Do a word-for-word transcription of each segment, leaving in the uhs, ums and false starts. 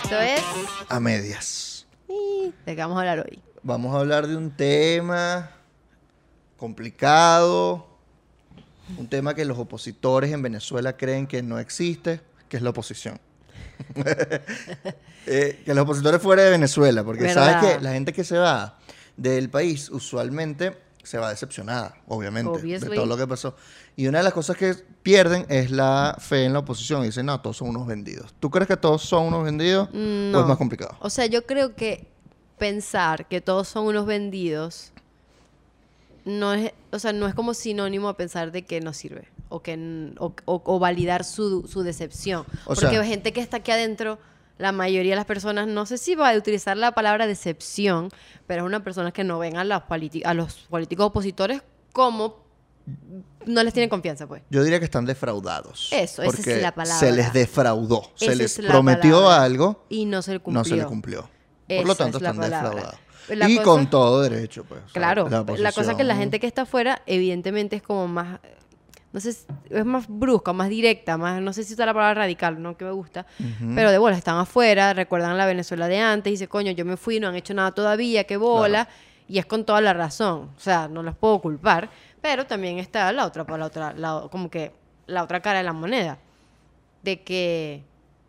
Esto es... A medias. ¿De qué vamos a hablar hoy? Vamos a hablar de un tema complicado, un tema que los opositores en Venezuela creen que no existe, que es la oposición. eh, que los opositores fuera de Venezuela, porque ¿verdad? sabes que la gente que se va del país usualmente se va decepcionada, obviamente, Obviously. de todo lo que pasó. Y una de las cosas que pierden es la fe en la oposición. Y dicen, no, todos son unos vendidos. ¿Tú crees que todos son unos vendidos Mm, o es no. más complicado? O sea, yo creo que pensar que todos son unos vendidos no es, o sea, no es como sinónimo a pensar de que no sirve o que n- o, o- o validar su, su decepción. O Porque sea- gente que está aquí adentro, la mayoría de las personas, no sé si va a utilizar la palabra decepción, pero es una persona que no ven a los, politi- a los políticos opositores como no les tienen confianza, pues. Yo diría que están defraudados. Eso, esa es porque la palabra. se les defraudó. Se Esa les es la prometió palabra. algo, Y no se le cumplió. no se le cumplió. Por Esa lo tanto, es la están palabra. defraudados. La y cosa- con todo derecho, pues. o sea, Claro, la, cosa es que oposición- la gente que está afuera, evidentemente es como más, no sé, es más brusca, más directa, más, no sé si está la palabra radical, no que me gusta, Ujú. pero de bola, están afuera, recuerdan la Venezuela de antes, y dice, coño, yo me fui, no han hecho nada todavía, qué bola, Claro. y es con toda la razón, o sea, no los puedo culpar, pero también está la otra, la otra, la- como que la otra cara de la moneda, de que,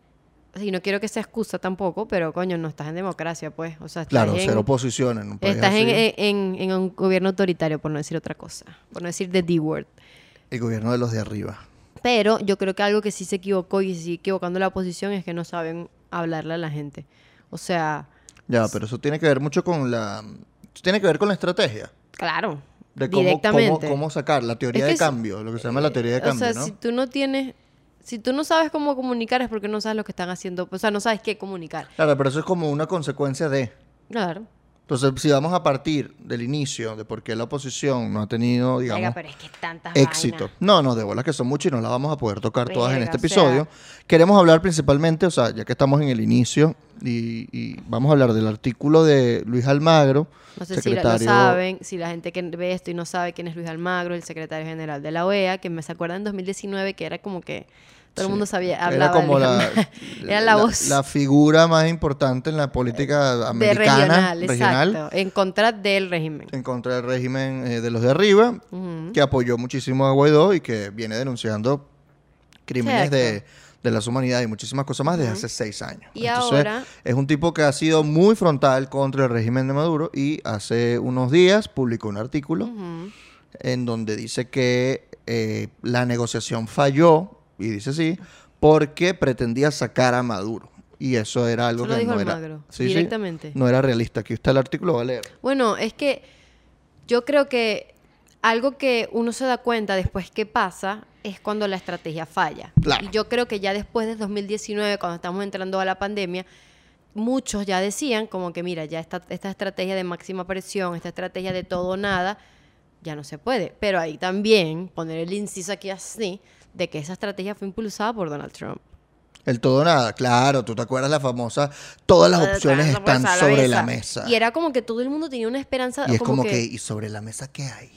y no quiero que sea excusa tampoco, pero coño, no estás en democracia, pues, o sea, estás Claro, en, ser oposición en un país Estás en, así. en, en un gobierno autoritario, por no decir otra cosa. Por no decir the D-word. El gobierno de los de arriba. Pero yo creo que algo que sí se equivocó y se sigue equivocando la oposición es que no saben hablarle a la gente. O sea, Ya, pero eso tiene que ver mucho con la... Eso tiene que ver con la estrategia. claro, De cómo, directamente. cómo, cómo sacar la teoría Es de que si- cambio. Lo que se llama la teoría de cambio, O sea, ¿no? si tú no tienes... Si tú no sabes cómo comunicar es porque no sabes lo que están haciendo. O sea, no sabes qué comunicar. Claro, pero eso es como una consecuencia de... Claro. Entonces, si vamos a partir del inicio de por qué la oposición no ha tenido, digamos, Oiga, pero es que tantas éxito. vainas. No, no, de bolas que son muchas y no las vamos a poder tocar todas en Verga, este o sea. episodio. Queremos hablar principalmente, o sea, ya que estamos en el inicio, y, y vamos a hablar del artículo de Luis Almagro, No sé si la- lo secretario... saben, si la gente que ve esto y no sabe quién es Luis Almagro, el secretario general de la O E A, que me se acuerda en dos mil diecinueve que era como que todo el Sí, mundo sabía, era hablaba como de Luis la, Almagro. Era la voz la figura más importante en la política de americana, regional, regional, exacto, en contra del régimen. en contra del régimen eh, de los de arriba, Ujú. que apoyó muchísimo a Guaidó y que viene denunciando crímenes de, Exacto. de la humanidad y muchísimas cosas más desde hace seis años. Y Entonces, ahora- es un tipo que ha sido muy frontal contra el régimen de Maduro y hace unos días publicó un artículo Ujú. en donde dice que eh, la negociación falló, y dice así, porque pretendía sacar a Maduro. Y eso era algo Eso lo que dijo no era, Almagro, sí, sí, directamente. no era realista. Aquí está el artículo, va a leer. Bueno, es que yo creo que algo que uno se da cuenta después que pasa es cuando la estrategia falla. Claro. Y yo creo que ya después de dos mil diecinueve, cuando estamos entrando a la pandemia, muchos ya decían como que mira, ya esta, esta estrategia de máxima presión, esta estrategia de todo o nada, ya no se puede. Pero ahí también poner el inciso aquí así de que esa estrategia fue impulsada por Donald Trump. El todo o nada, claro, tú te acuerdas la famosa, todas las Todas opciones las están opciones a la sobre mesa. la mesa. Y era como que todo el mundo tenía una esperanza. Y es como que, ¿y sobre la mesa qué hay?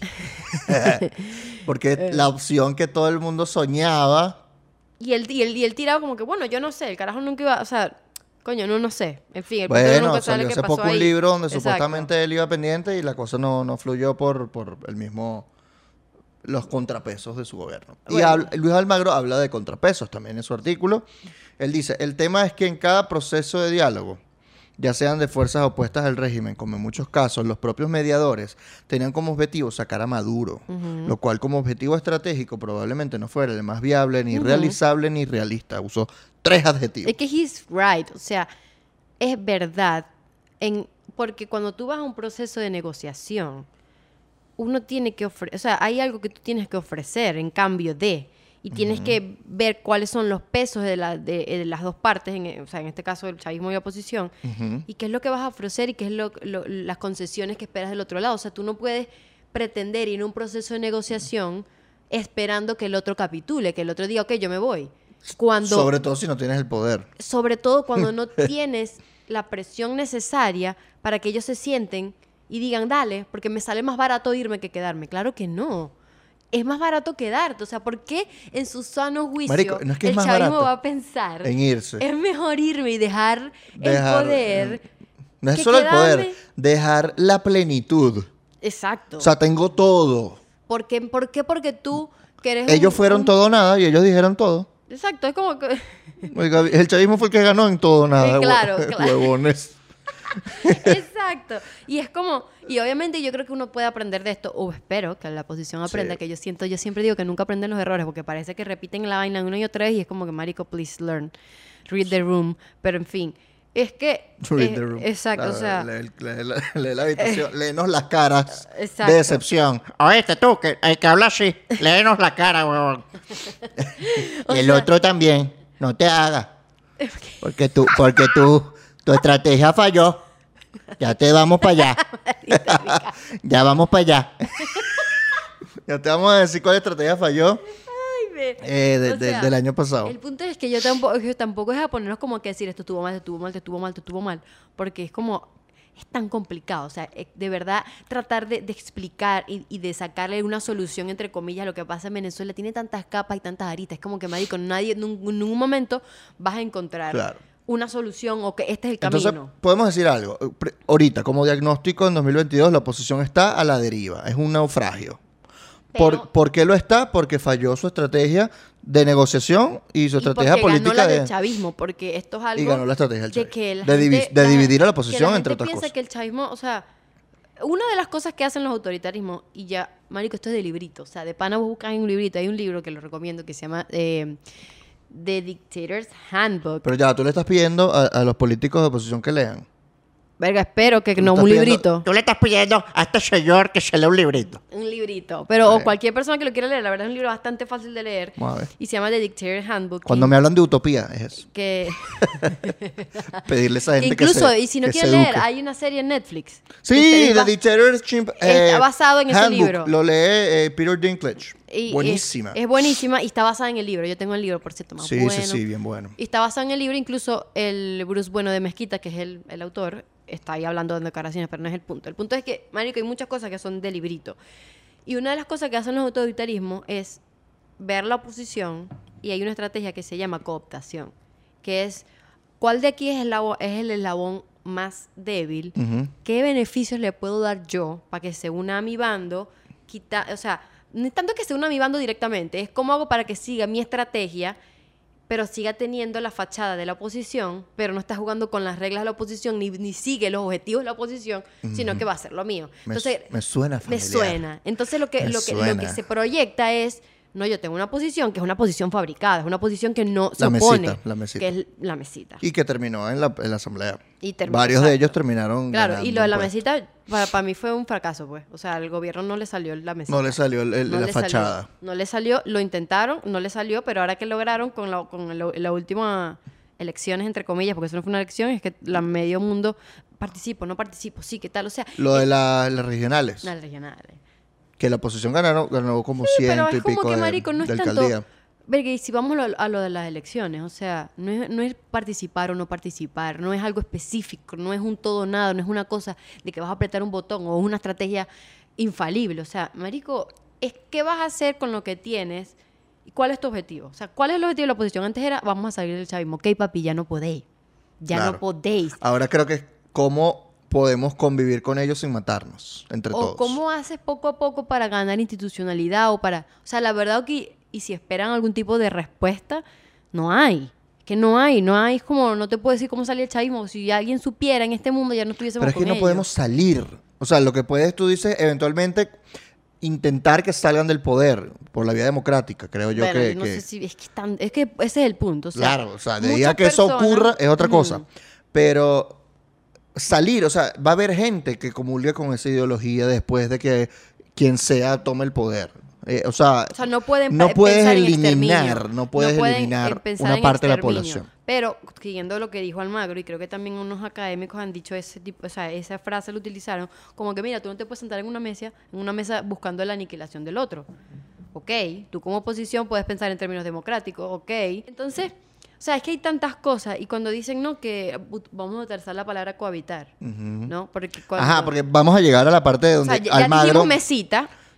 Porque Eh. la opción que todo el mundo soñaba, Y él, y, él, y él tiraba como que, bueno, yo no sé, el carajo nunca iba, o sea, coño, no, no sé. En fin, el punto es que bueno, nunca sabe salió qué hace pasó poco un ahí. libro donde Exacto. supuestamente él iba pendiente y la cosa no, no fluyó por, por el mismo, los contrapesos de su gobierno. Y Bueno. habla- Luis Almagro habla de contrapesos también en su artículo. Él dice, el tema es que en cada proceso de diálogo, ya sean de fuerzas opuestas al régimen, como en muchos casos, los propios mediadores tenían como objetivo sacar a Maduro, lo cual como objetivo estratégico probablemente no fuera el más viable, ni realizable, ni realista. Usó tres adjetivos. Es que he's right, o sea, es verdad, en, porque cuando tú vas a un proceso de negociación, uno tiene que ofrecer, o sea, hay algo que tú tienes que ofrecer en cambio de, y tienes que ver cuáles son los pesos de, la, de, de las dos partes, en, o sea, en este caso el chavismo y la oposición, Ujú. y qué es lo que vas a ofrecer y qué es lo, lo- las concesiones que esperas del otro lado. O sea, tú no puedes pretender ir a un proceso de negociación esperando que el otro capitule, que el otro diga, ok, yo me voy. Cuando, Sobre todo si no tienes el poder. sobre todo cuando no tienes la presión necesaria para que ellos se sienten y digan, dale, porque me sale más barato irme que quedarme. Claro que no. es más barato quedarte. O sea, ¿por qué en su sano juicio Marico, no es que es el más chavismo barato va a pensar en irse. es mejor irme y dejar, Dejar, el poder? No es que solo el poder, quedarme? dejar la plenitud. Exacto. O sea, tengo todo. ¿Por qué? ¿Por qué? Porque tú que eres Ellos un- fueron un- todo o nada y ellos dijeron todo. Exacto, es como que... Oiga, el chavismo fue el que ganó en todo o nada. Sí, claro, hue- claro. Huevones. Exacto. Y es como, y obviamente yo creo que uno puede aprender de esto, o espero que la oposición aprenda, Sí. que yo siento, yo siempre digo que nunca aprenden los errores, porque parece que repiten la vaina una y otra vez y es como que, marico, please learn, read the room, pero en fin, es que... Read eh, the room. Exacto, Claro, o sea... Lee, lee la, lee la habitación. Léenos las caras Exacto. de decepción. Oíste tú, que el que habla así, léenos la cara, huevón. O Y el sea- otro también. No te hagas. Porque tú, porque tú, tu estrategia falló. Ya te vamos para allá. Ya vamos para allá. Ya te vamos a decir cuál estrategia falló Ay, ve. eh, de- O de- sea, del año pasado. El punto es que yo tampoco, que tampoco es a ponernos como que decir esto estuvo mal, esto estuvo mal, esto estuvo mal, esto estuvo mal, porque es como, es tan complicado, o sea, eh, de verdad tratar de, de explicar y, y de sacarle una solución, entre comillas, a lo que pasa en Venezuela, tiene tantas capas y tantas aristas, es como que, marico, nadie, en ningún, ningún momento vas a encontrar Claro. una solución o que este es el camino. Entonces, podemos decir algo. Pre- Ahorita, como diagnóstico en dos mil veintidós, la oposición está a la deriva. Es un naufragio. ¿Por, Pero- ¿Por qué lo está? Porque falló su estrategia de negociación y su Y estrategia porque política ganó la de... del chavismo, porque esto es algo Y ganó la estrategia del de chavismo. que la De divi- gente- de la- dividir a la que oposición, la entre gente otras piensa cosas. que el chavismo, o sea, una de las cosas que hacen los autoritarismos, y ya, marico, esto es de librito, o sea, de pana vos buscas en un librito, hay un libro que lo recomiendo que se llama eh, The Dictator's Handbook. Pero ya, tú le estás pidiendo a, a los políticos de oposición que lean. Verga, espero que Tú no estás un pidiendo- librito. Tú le estás pidiendo a este señor que se lea un librito. Un librito. Pero o Ok. cualquier persona que lo quiera leer, la verdad es un libro bastante fácil de leer. Vamos a ver. Y se llama The Dictator's Handbook. Cuando que- me hablan de utopía, es eso. que Pedirle a esa gente incluso, que se y si no que se quieren leer, eduque. hay una serie en Netflix. que Sí, ustedes The va- Dictator's Chimp, Está basado en ese Handbook. libro. Lo lee eh, Peter Dinklage. Y Buenísima. Es, es buenísima y está basada en el libro. Yo tengo el libro, por cierto, más sí, bueno. sí, sí, bien bueno. Y está basada en el libro, incluso el Bruce Bueno de Mezquita, que es el, el autor, está ahí hablando de declaraciones, pero no es el punto. El punto es que, marico, hay muchas cosas que son de librito. Y una de las cosas que hacen los autoritarismos es ver la oposición y hay una estrategia que se llama cooptación, que es cuál de aquí es el, eslabo- es el eslabón más débil, Ujú. qué beneficios le puedo dar yo para que se una a mi bando, quita, o sea, no es tanto que se una a mi bando directamente, es cómo hago para que siga mi estrategia, pero siga teniendo la fachada de la oposición, pero no está jugando con las reglas de la oposición, ni, ni sigue los objetivos de la oposición, sino que va a ser lo mío. Me, Entonces, me suena me familiar. suena. Entonces lo que, Me lo que, lo suena. que se proyecta es, no, yo tengo una posición que es una posición fabricada, es una posición que no se La opone, mesita, la mesita. que es la mesita. Y que terminó en la, en la asamblea. Y terminó, Varios de exacto. ellos terminaron Claro, y ganando lo de la un puesto. mesita, para, para mí fue un fracaso, pues. O sea, al gobierno no le salió la mesita. No le salió el- el- No la le salió. fachada. No le salió, lo intentaron, no le salió, pero ahora que lograron con la, con la, la última elecciones, entre comillas, porque eso no fue una elección, es que la medio mundo participo, no participo, sí, ¿qué tal? O sea, Lo de la- las regionales. las regionales. Que la oposición ganó, ganó como Sí, pero ciento y es como pico que, de, marico, no es de tanto... alcaldía. Verga, y si vamos a lo, a lo de las elecciones, o sea, no es, no es participar o no participar, no es algo específico, no es un todo o nada, no es una cosa de que vas a apretar un botón o una estrategia infalible. O sea, marico, es qué vas a hacer con lo que tienes y cuál es tu objetivo. O sea, cuál es el objetivo de la oposición. Antes era, vamos a salir del chavismo. Ok, papi, ya no podéis. Ya Claro. no podéis. Ahora creo que es cómo podemos convivir con ellos sin matarnos, entre O todos. cómo haces poco a poco para ganar institucionalidad o para... O sea, la verdad que... Y si esperan algún tipo de respuesta, no hay. Que no hay, no hay. Es como, no te puedo decir cómo salir el chavismo. Si alguien supiera en este mundo, ya no estuviésemos Pero es que con no ellos. podemos salir. O sea, lo que puedes, tú dices, eventualmente intentar que salgan del poder por la vía democrática, creo yo Bueno, que... no que- sé si... Es que, están- es que ese es el punto. O sea, claro, o sea, de ahí muchas a que eso personas- ocurra es otra cosa. Ujú. Pero salir, o sea, va a haber gente que comulgue con esa ideología después de que quien sea tome el poder. Eh, o sea, O sea, no pueden no pe- puedes pensar en eliminar, exterminio. no puedes pueden, eliminar eh, pensar una en parte de la exterminio. población. Pero, siguiendo lo que dijo Almagro, y creo que también unos académicos han dicho ese tipo, o sea, esa frase la utilizaron, como que mira, tú no te puedes sentar en una mesa, en una mesa buscando la aniquilación del otro. Ok, tú como oposición puedes pensar en términos democráticos, ok. Entonces, o sea, es que hay tantas cosas, y cuando dicen, no, que ut- vamos a utilizar la palabra cohabitar, ¿no? Porque cuando... Ajá, porque vamos a llegar a la parte de o donde sea, ya, ya Almagro... dijimos mesita,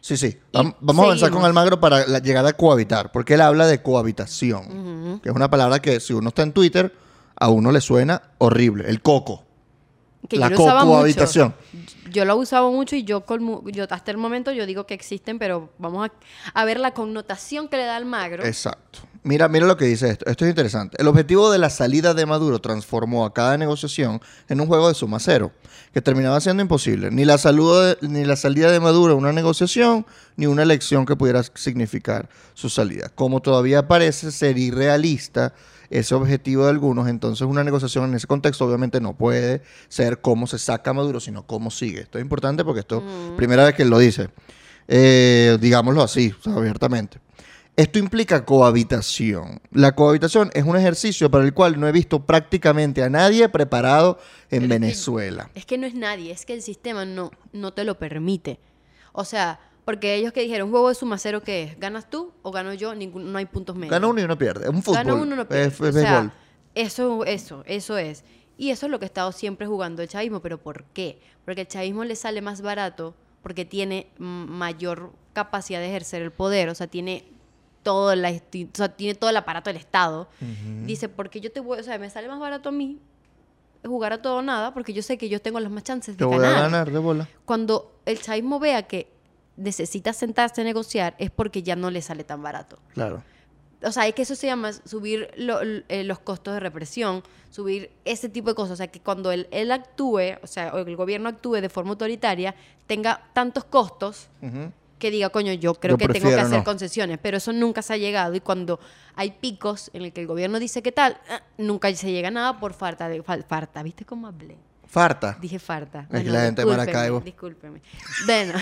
Sí, sí. Y Vam- Vamos a avanzar seguimos. con Almagro para la- llegar a cohabitar, porque él habla de cohabitación, Ujú. que es una palabra que si uno está en Twitter, a uno le suena horrible. El coco. Que La yo lo usaba co- mucho. cohabitación. Yo lo usaba mucho y yo, colmu- yo hasta el momento yo digo que existen, pero vamos a, a ver la connotación que le da Almagro. Exacto. Mira, mira lo que dice esto. Esto es interesante. El objetivo de la salida de Maduro transformó a cada negociación en un juego de suma cero, que terminaba siendo imposible. Ni la, saludo de- ni la salida de Maduro en una negociación, ni una elección que pudiera significar su salida. Como todavía parece ser irrealista ese objetivo de algunos, entonces una negociación en ese contexto obviamente no puede ser cómo se saca a Maduro, sino cómo sigue. Esto es importante porque esto, primera vez que él lo dice, eh, digámoslo así, o sea, abiertamente. Esto implica cohabitación. La cohabitación es un ejercicio para el cual no he visto prácticamente a nadie preparado en Pero es que- Venezuela. Es que no es nadie, es que el sistema no, no te lo permite. O sea, porque ellos que dijeron, juego de suma cero, ¿qué es? ¿Ganas tú o gano yo? Ningún, no hay puntos medios. Gana uno y uno pierde. Es un fútbol. Gana uno, no pierde. Es, es O sea, béisbol. eso, eso, eso es. Y eso es lo que ha estado siempre jugando el chavismo. ¿Pero por qué? Porque el chavismo le sale más barato porque tiene mm, mayor capacidad de ejercer el poder. O sea, tiene todo, la, esti- o sea, tiene todo el aparato del Estado. Dice, porque yo te voy, o sea, me sale más barato a mí jugar a todo o nada porque yo sé que yo tengo las más chances Te de voy ganar. a ganar de bola. Cuando el chavismo vea que necesita sentarse a negociar es porque ya no le sale tan barato. Claro. O sea, es que eso se llama subir lo- eh, los costos de represión, subir ese tipo de cosas. O sea, que cuando él, él actúe, o sea, o el gobierno actúe de forma autoritaria, tenga tantos costos Ujú. que diga, coño, yo creo Yo que tengo que prefiero hacer no. concesiones. Pero eso nunca se ha llegado. Y cuando hay picos en el que el gobierno dice qué tal, ah, nunca se llega a nada por falta de... fal- farta, ¿viste cómo hablé? Farta. Dije farta. Es que la gente de Maracaibo. Discúlpeme. Bueno.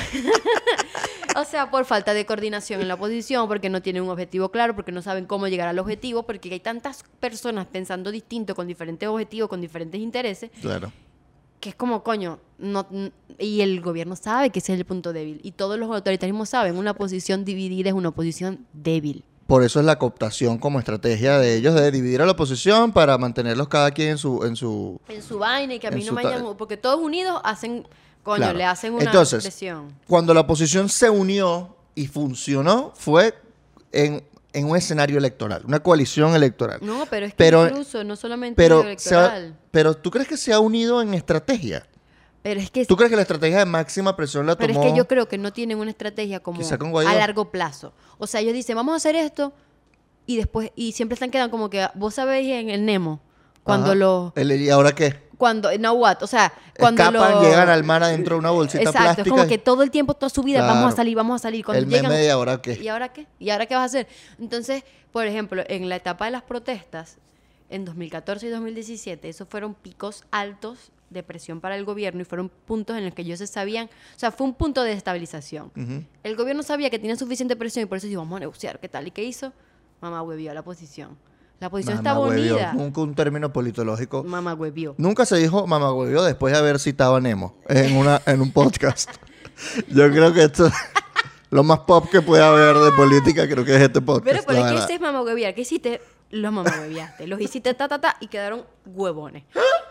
O sea, por falta de coordinación en la oposición, porque no tienen un objetivo claro, porque no saben cómo llegar al objetivo, porque hay tantas personas pensando distinto, con diferentes objetivos, con diferentes intereses, Claro. que es como, coño, no, n- y el gobierno sabe que ese es el punto débil. Y todos los autoritarismos saben, una oposición dividida es una oposición débil. Por eso es la cooptación como estrategia de ellos de dividir a la oposición para mantenerlos cada quien en su... En su En su vaina y que a En mí no su me ta- hayan... Porque todos unidos hacen, coño, Claro. le hacen una Entonces, presión. Cuando la oposición se unió y funcionó, fue en, en un escenario electoral, una coalición electoral. No, pero es que Pero- incluso, no solamente Pero, en se ha- electoral. pero ¿tú crees que se ha unido en estrategia? Pero es que ¿Tú crees que la estrategia de máxima presión la Pero tomó? es que yo creo que no tienen una estrategia como Quizá con Guaidó. a largo plazo. O sea, ellos dicen, vamos a hacer esto, y después, y siempre están quedando como que, vos sabéis en el Nemo, cuando Ajá. lo, El- ¿Y ahora qué? cuando, no what, o sea, cuando Escapan, lo... llegan al mar adentro de una bolsita Exacto, plástica. es como y- que todo el tiempo, toda su vida, Claro. vamos a salir, vamos a salir. Cuando el meme llegan, de ahora qué. ¿y ahora qué? ¿Y ahora qué vas a hacer? Entonces, por ejemplo, en la etapa de las protestas, en dos mil catorce y dos mil diecisiete, esos fueron picos altos de presión para el gobierno y fueron puntos en los que ellos se sabían, o sea, fue un punto de estabilización. Ujú. El gobierno sabía que tenía suficiente presión y por eso dijo, vamos a negociar, ¿qué tal? ¿Y qué hizo? Mamá huevió a la oposición. La oposición está Mamahuevió. unida. Nunca un término politológico. Mamá huevió. Nunca se dijo mamahuevió después de haber citado a Nemo en, una, en un podcast. Yo creo que esto lo más pop que puede haber de política, creo que es este podcast. Pero por la qué verdad. ese es mamá hueviar. ¿Qué hiciste? Los mamá hueviaste. Los hiciste ta, ta, ta y quedaron huevones.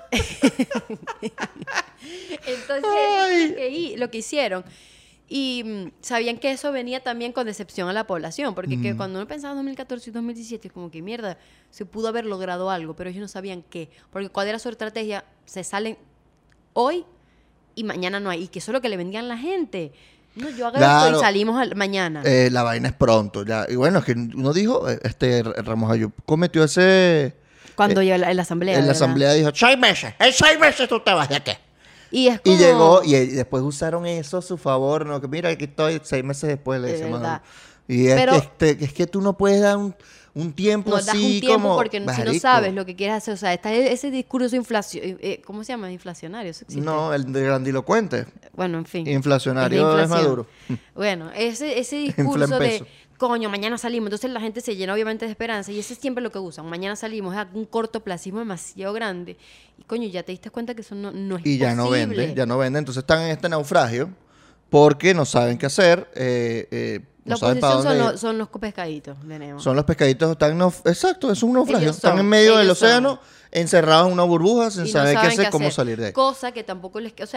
Entonces, eso es lo que, hi- lo que hicieron. Y mm, sabían que eso venía también con decepción a la población, porque Mm. que cuando uno pensaba en dos mil catorce y dos mil diecisiete, es como que mierda, se pudo haber logrado algo, pero ellos no sabían qué. Porque cuál era su estrategia, se salen hoy y mañana no hay. Y que eso es lo que le vendían a la gente. No, yo hago esto Claro. y salimos al- mañana. Eh, la vaina es pronto. Ya. Y bueno, es que uno dijo, eh, este Ramos Ayub cometió ese... cuando yo en la, en la asamblea. en la ¿verdad? asamblea dijo, Seis meses. En seis meses tú te vas de aquí. Y es como... y llegó, y, y después usaron eso a su favor, ¿no? Que mira, aquí estoy seis meses después, le De dice verdad. Maduro. Y es, Pero- que, este, es que tú no puedes dar un, un tiempo No así das un tiempo como... porque si no Marico. sabes lo que quieres hacer. O sea, está ese discurso inflación... eh, ¿Cómo se llama? Inflacionario. ¿Eso existe? No, el de grandilocuente. Bueno, en fin. Inflacionario Es la es inflación. Maduro. Bueno, ese, ese Infla en discurso de, peso. coño, mañana salimos. Entonces la gente se llena obviamente de esperanza y ese es siempre lo que usan. Mañana salimos, es un cortoplacismo demasiado grande. Y coño, ya te diste cuenta que eso no, no es Y ya no posible. vende, ya no vende. Entonces están en este naufragio porque no saben qué hacer. eh, eh, no La saben para oposición dónde son, ir. los, son los pescaditos de Nemo. Son los pescaditos, están nauf- exacto, es un naufragio. Ellos Están son, en medio del ellos son. océano, encerrados en una burbuja, sin Y no saber qué saben hacer, cómo salir de ahí. Cosa que tampoco les... O sea,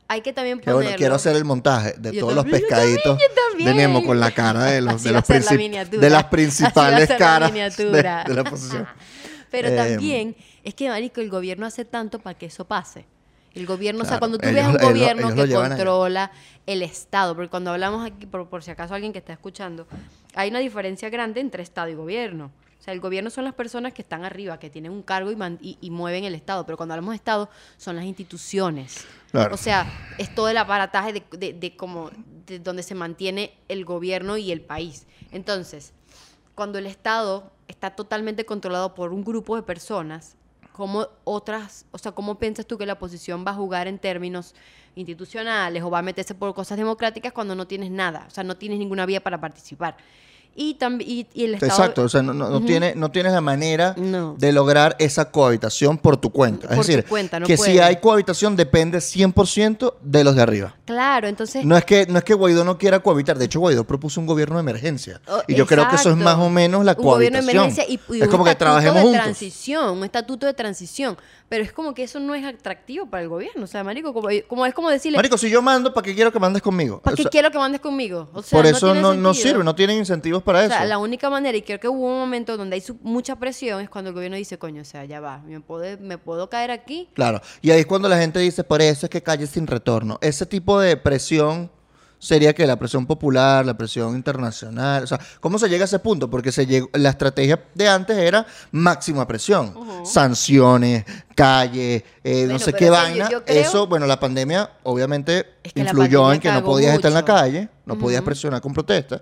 hay que también Que ponerlo. bueno, quiero hacer el montaje de Yo todos también, los yo también, pescaditos yo también. de Nemo con la cara de los Así de va los a ser la princip- miniatura. de las Así va a principales ser la caras de, miniatura. de la oposición. Pero Eh, también es que, marico, el gobierno hace tanto para que eso pase. El gobierno, o sea, Claro, cuando tú ellos- ves a un ellos lo- gobierno ellos lo que llevan allá. controla el Estado, porque cuando hablamos aquí, por, por si acaso alguien que está escuchando, hay una diferencia grande entre Estado y gobierno. O sea, el gobierno son las personas que están arriba, que tienen un cargo y, man- y, y mueven el Estado, pero cuando hablamos de Estado son las instituciones. Claro. O sea, es todo el aparataje de, de, de como de donde se mantiene el gobierno y el país. Entonces, cuando el Estado está totalmente controlado por un grupo de personas, ¿cómo otras, o sea, cómo piensas tú que la oposición va a jugar en términos institucionales o va a meterse por cosas democráticas cuando no tienes nada? O sea, no tienes ninguna vía para participar. Y, también y, y el Estado... Exacto, o sea, no, no, no, tiene, no tienes la manera No. de lograr esa cohabitación por tu cuenta. Por es tu decir, cuenta, no que si puede. hay cohabitación depende cien por ciento de los de arriba. Claro, entonces... No es que no es que Guaidó no quiera cohabitar, de hecho Guaidó propuso un gobierno de emergencia. Oh, y yo creo que eso es exacto. más o menos la Un gobierno de cohabitación. emergencia y, y es un como que estatuto trabajemos de juntos. transición, un estatuto de transición. Pero es como que eso no es atractivo para el gobierno. O sea, marico, como, como es como decirle, Marico, si yo mando, ¿para qué quiero que mandes conmigo? ¿para O qué sea, quiero que mandes conmigo? O sea, por no eso tiene no, no sentido. sirve, no tienen incentivos para O eso. sea, la única manera, y creo que hubo un momento donde hay su- mucha presión, es cuando el gobierno dice, coño, o sea, ya va, me puedo, me puedo caer aquí. Claro, y ahí es cuando la gente dice, por eso es que calle sin retorno. Ese tipo de presión sería que la presión popular, la presión internacional, o sea, ¿cómo se llega a ese punto? Porque se llegó, la estrategia de antes era máxima presión, sanciones, calle, eh, no Bueno, sé pero qué es que vaina. yo- yo creo- Eso, bueno, la pandemia obviamente Es que la influyó pandemia en que no cagó podías estar en la mucho. calle, no podías presionar con protesta.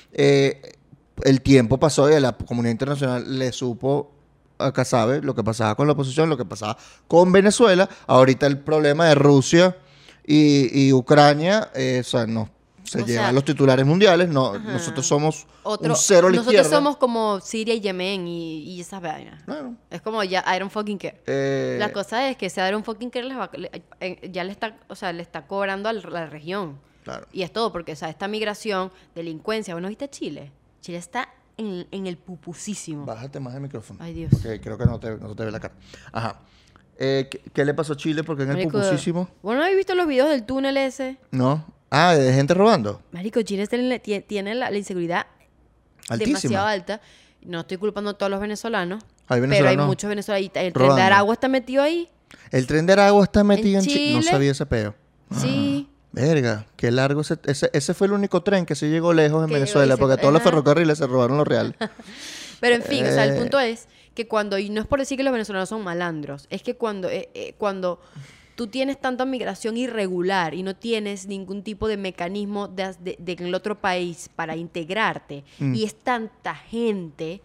Eh, el tiempo pasó y a la comunidad internacional le supo, acá sabe, lo que pasaba con la oposición, lo que pasaba con Venezuela. Ahorita el problema de Rusia y, y Ucrania, eh, o sea, no, se O llevan sea, los titulares mundiales. No, ajá. nosotros somos Otro, un cero a la nosotros izquierda. somos como Siria y Yemen y, y esas vainas. Claro. Es como ya, I don't fucking care. Eh, La cosa es que ese I don't fucking care les va- le- eh, ya le está, o sea, le está cobrando a la región. Claro. Y es todo, porque o sea, esta migración, delincuencia, bueno, ¿viste Chile? Chile está en, en el pupusísimo. Bájate más el micrófono. Ay, Dios. Porque creo que no te, no te ve la cara. Ajá. Eh, ¿qué, qué le pasó a Chile? Porque en el Marico, pupusísimo. ¿Bueno, habéis visto los videos del túnel ese? No. Ah, de gente robando. Marico, Chile tiene, tie- tiene la, la inseguridad Altísima. demasiado alta. No estoy culpando a todos los venezolanos, Hay pero hay venezolanos muchos venezolanos. El tren de robando. Aragua está metido ahí. El tren de Aragua está metido en, En Chile. No Chile. sabía ese peo. Sí. Verga, qué largo ese, ese, ese fue el único tren que sí llegó lejos en Que llegó Venezuela, y se- porque todos los ajá. ferrocarriles se robaron los reales. Pero en fin, o sea, el Eh. punto es que cuando, y no es por decir que los venezolanos son malandros, es que cuando, eh, eh, cuando tú tienes tanta migración irregular y no tienes ningún tipo de mecanismo de, de- de en el otro país para integrarte Mm. y es tanta gente,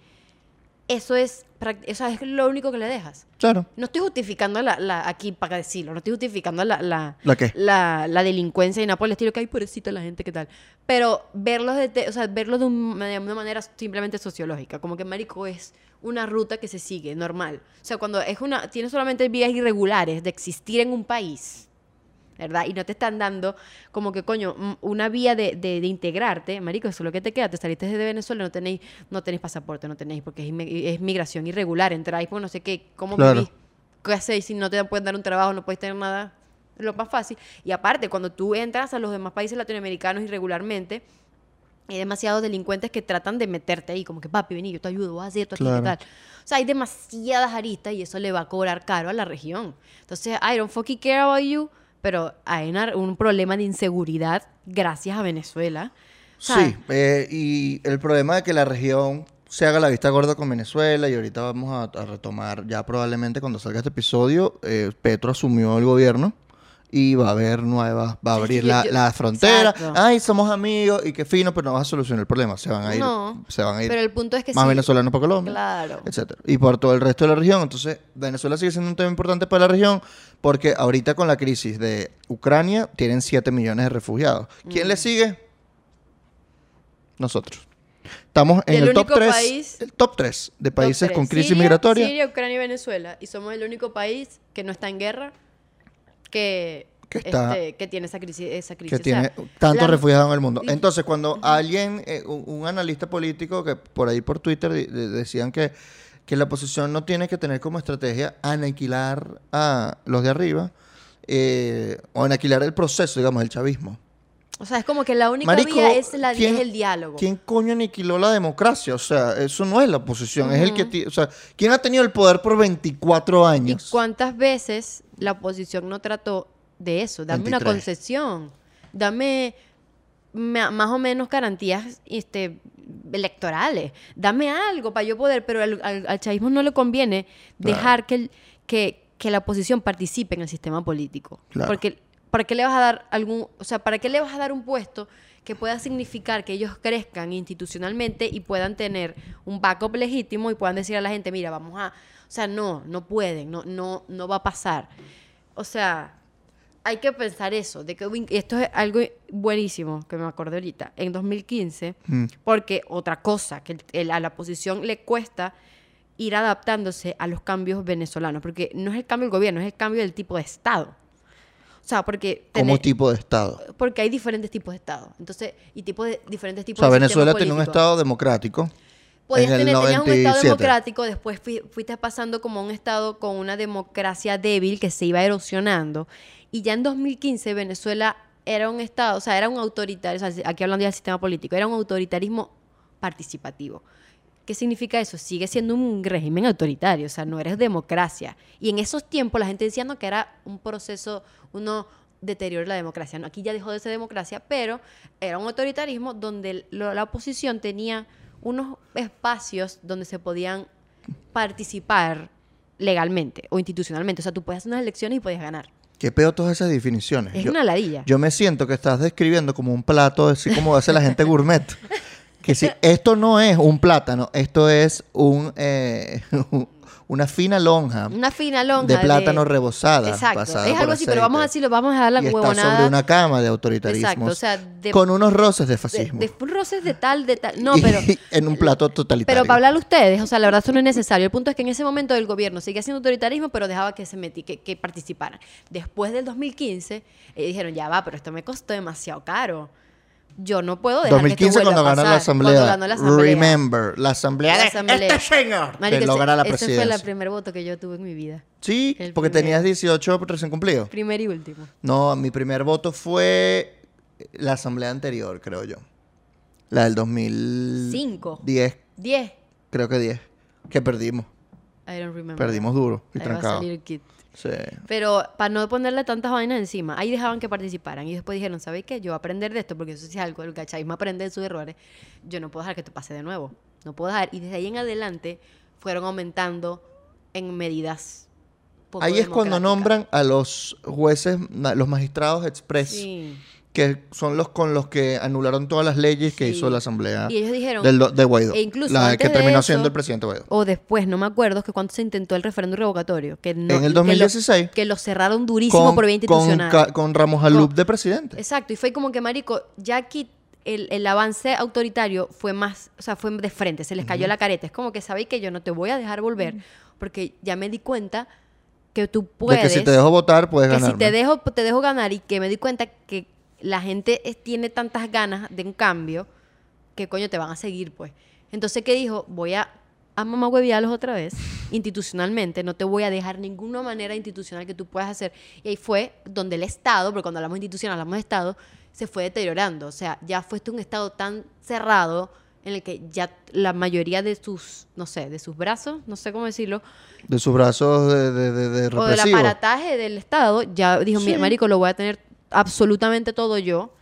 eso es, prac- eso es lo único que le dejas. Claro. No estoy justificando la, la aquí para decirlo, no estoy justificando la, la, ¿La qué? la, la delincuencia y nada por el estilo que hay pobrecita la gente, ¿qué tal? Pero verlos de, te- o sea, verlos de, un- de una manera simplemente sociológica, como que marico es una ruta que se sigue, normal. O sea, cuando es una, tienes solamente vías irregulares de existir en un país, ¿verdad? Y no te están dando como que, coño, m- una vía de, de, de integrarte, marico, eso es lo que te queda. Te saliste de Venezuela, no tenéis, no tenéis pasaporte, no tenéis, porque es, inmi- es migración irregular, entráis por no sé qué, ¿cómo Claro. vivís? ¿Qué hacéis si no te pueden dar un trabajo, no puedes tener nada? Es lo más fácil. Y aparte, cuando tú entras a los demás países latinoamericanos irregularmente, hay demasiados delincuentes que tratan de meterte ahí, como que papi, vení, yo te ayudo, vas a hacer esto aquí, Claro. ¿qué tal? O sea, hay demasiadas aristas y eso le va a cobrar caro a la región. Entonces, I don't fucking care about you, pero hay una- un problema de inseguridad gracias a Venezuela. ¿sabes? Sí, eh, y el problema de que la región se haga la vista gorda con Venezuela, y ahorita vamos a, a retomar, ya probablemente cuando salga este episodio, eh, Petro asumió el gobierno y va a haber nuevas, va a Es que abrir yo- la, yo- la frontera. Exacto. Ay, somos amigos y qué fino, pero no vas a solucionar el problema. Se van a ir, No, se van a ir pero el punto es que más sí, venezolanos para Colombia, claro. etcétera. Y por todo el resto de la región. Entonces, Venezuela sigue siendo un tema importante para la región porque ahorita con la crisis de Ucrania tienen siete millones de refugiados. ¿Quién Mm. le sigue? Nosotros. Estamos en El el, top único tres, país- el top tres de países Top con tres. crisis Siria, migratoria Siria, Ucrania y Venezuela. Y somos el único país que no está en guerra que, Que está- este, que tiene esa crisis. Esa crisis. que O sea, tiene tantos la- refugiados en el mundo. y- Entonces, cuando alguien, eh, un, un analista político que por ahí por Twitter de- de- decían que, que la oposición no tiene que tener como estrategia aniquilar a los de arriba, eh, o aniquilar el proceso, digamos, del chavismo. O sea, es como que la única Marico, vía es, la, ¿quién- es el diálogo. ¿Quién coño aniquiló la democracia? O sea, eso no es la oposición, es el que... ti- O sea, ¿quién ha tenido el poder por veinticuatro ¿Y años? cuántas veces la oposición no trató de eso? Dame una veintitrés. concesión. Dame ma- más o menos garantías este, electorales. Dame algo para yo poder... Pero al, al- al chavismo no le conviene Claro. dejar que, el- que, que la oposición participe en el sistema político. Claro. Porque ¿para qué le vas a dar algún... O sea, ¿para qué le vas a dar un puesto que pueda significar que ellos crezcan institucionalmente y puedan tener un backup legítimo y puedan decir a la gente, mira, vamos a... O sea, no, no pueden, no, no, no va a pasar. O sea, hay que pensar eso, de que Win- esto es algo buenísimo que me acordé ahorita, en dos mil quince, Mm. porque otra cosa que el- el- a la oposición le cuesta ir adaptándose a los cambios venezolanos, porque no es el cambio del gobierno, es el cambio del tipo de Estado. O sea, porque... Como tener- tipo de Estado. porque hay diferentes tipos de Estado. Entonces, y tipo de, diferentes O tipos sea, de Venezuela sistema tenía un político. Estado democrático. Podías en el tener, tenías un Estado noventa y siete. democrático, después fui- fuiste pasando como a un Estado con una democracia débil que se iba erosionando. Y ya en dos mil quince Venezuela era un Estado, o sea, era un autoritario, o sea, aquí hablando ya del sistema político, era un autoritarismo participativo. ¿Qué significa eso? Sigue siendo un régimen autoritario, o sea, no eres democracia. Y en esos tiempos la gente decía no, que era un proceso, uno deterioro de la democracia. No, aquí ya dejó de ser democracia, pero era un autoritarismo donde el- lo- la oposición tenía unos espacios donde se podían participar legalmente o institucionalmente. O sea, tú puedes hacer unas elecciones y puedes ganar. Qué peor todas esas definiciones. Es Yo- una ladilla. Yo me siento que estás describiendo como un plato, así como hace la gente gourmet. Que si esto no es un plátano, esto es un eh, una fina lonja Una fina lonja de plátano rebozada. Exacto. pasada Es por algo así, pero vamos a aceite. decirlo, vamos a dar la Y está huevonada. sobre una cama de autoritarismo. Exacto, o sea, de- con unos roces de de, fascismo. de roces de tal, de tal. No, pero... Y en un plato totalitario. Pero para hablarle a ustedes, o sea, la verdad eso no es necesario. El punto es que en ese momento el gobierno seguía haciendo autoritarismo, pero dejaba que se metí, que, que participaran. Después del dos mil quince, eh, dijeron, ya va, pero esto me costó demasiado caro. Yo no puedo dejar dos mil quince que esto cuando vuelva a gana la pasar. asamblea. Cuando ganó la asamblea. Remember, la asamblea La de asamblea. este señor Marico, que ese- logra la ese fue presidencia. el primer voto que yo tuve en mi vida. Sí, el porque primer. tenías dieciocho recién cumplidos. Primer y último. No, mi primer voto fue la asamblea anterior, creo yo. La del dos mil Cinco. diez, Diez. creo que diez. Que perdimos. I don't remember. Perdimos duro y Ahí va a trancado. salir el kit. Sí. Pero para no ponerle tantas vainas encima, ahí dejaban que participaran. Y después dijeron, ¿sabéis qué? Yo voy a aprender de esto, porque eso sí es algo, el gachaísmo aprende de sus errores. Yo no puedo dejar que te pase de nuevo. No puedo dejar. Y desde ahí en adelante fueron aumentando en medidas poco Ahí es cuando democráticas. nombran a los jueces, ma- los magistrados express, Sí. que son los con los que anularon todas las leyes que Sí. hizo la asamblea Y ellos dijeron, del do- de Guaidó. e incluso la antes que de terminó eso- siendo el presidente Guaidó. o después, no me acuerdo, que cuando se intentó el referéndum revocatorio. Que no, En el que dos mil lo- dieciséis. Que lo, cerraron durísimo Con, por vía con, institucional. Ca- con Ramos Alup Con- de presidente. Exacto, y fue como que, marico, ya aquí el, el avance autoritario fue más, o sea, fue de frente, se les cayó la careta. Es como que sabéis que yo no te voy a dejar volver, porque ya me di cuenta que tú puedes... de que si te dejo votar, puedes que ganar. si te dejo, te dejo ganar, y que me di cuenta que la gente es- tiene tantas ganas de un cambio que coño te van a seguir, pues. Entonces, ¿qué dijo? Voy a, a mamahueviarlos otra vez, institucionalmente, no te voy a dejar ninguna manera institucional que tú puedas hacer. Y ahí fue donde el Estado, porque cuando hablamos de institución, hablamos de Estado, se fue deteriorando. O sea, ya fue un Estado tan cerrado en el que ya la mayoría de sus, no sé, de sus brazos, no sé cómo decirlo, De sus brazos de, de, de, de o del represivo. aparataje del Estado, ya dijo, Sí. "Mira, marico, lo voy a tener absolutamente todo yo".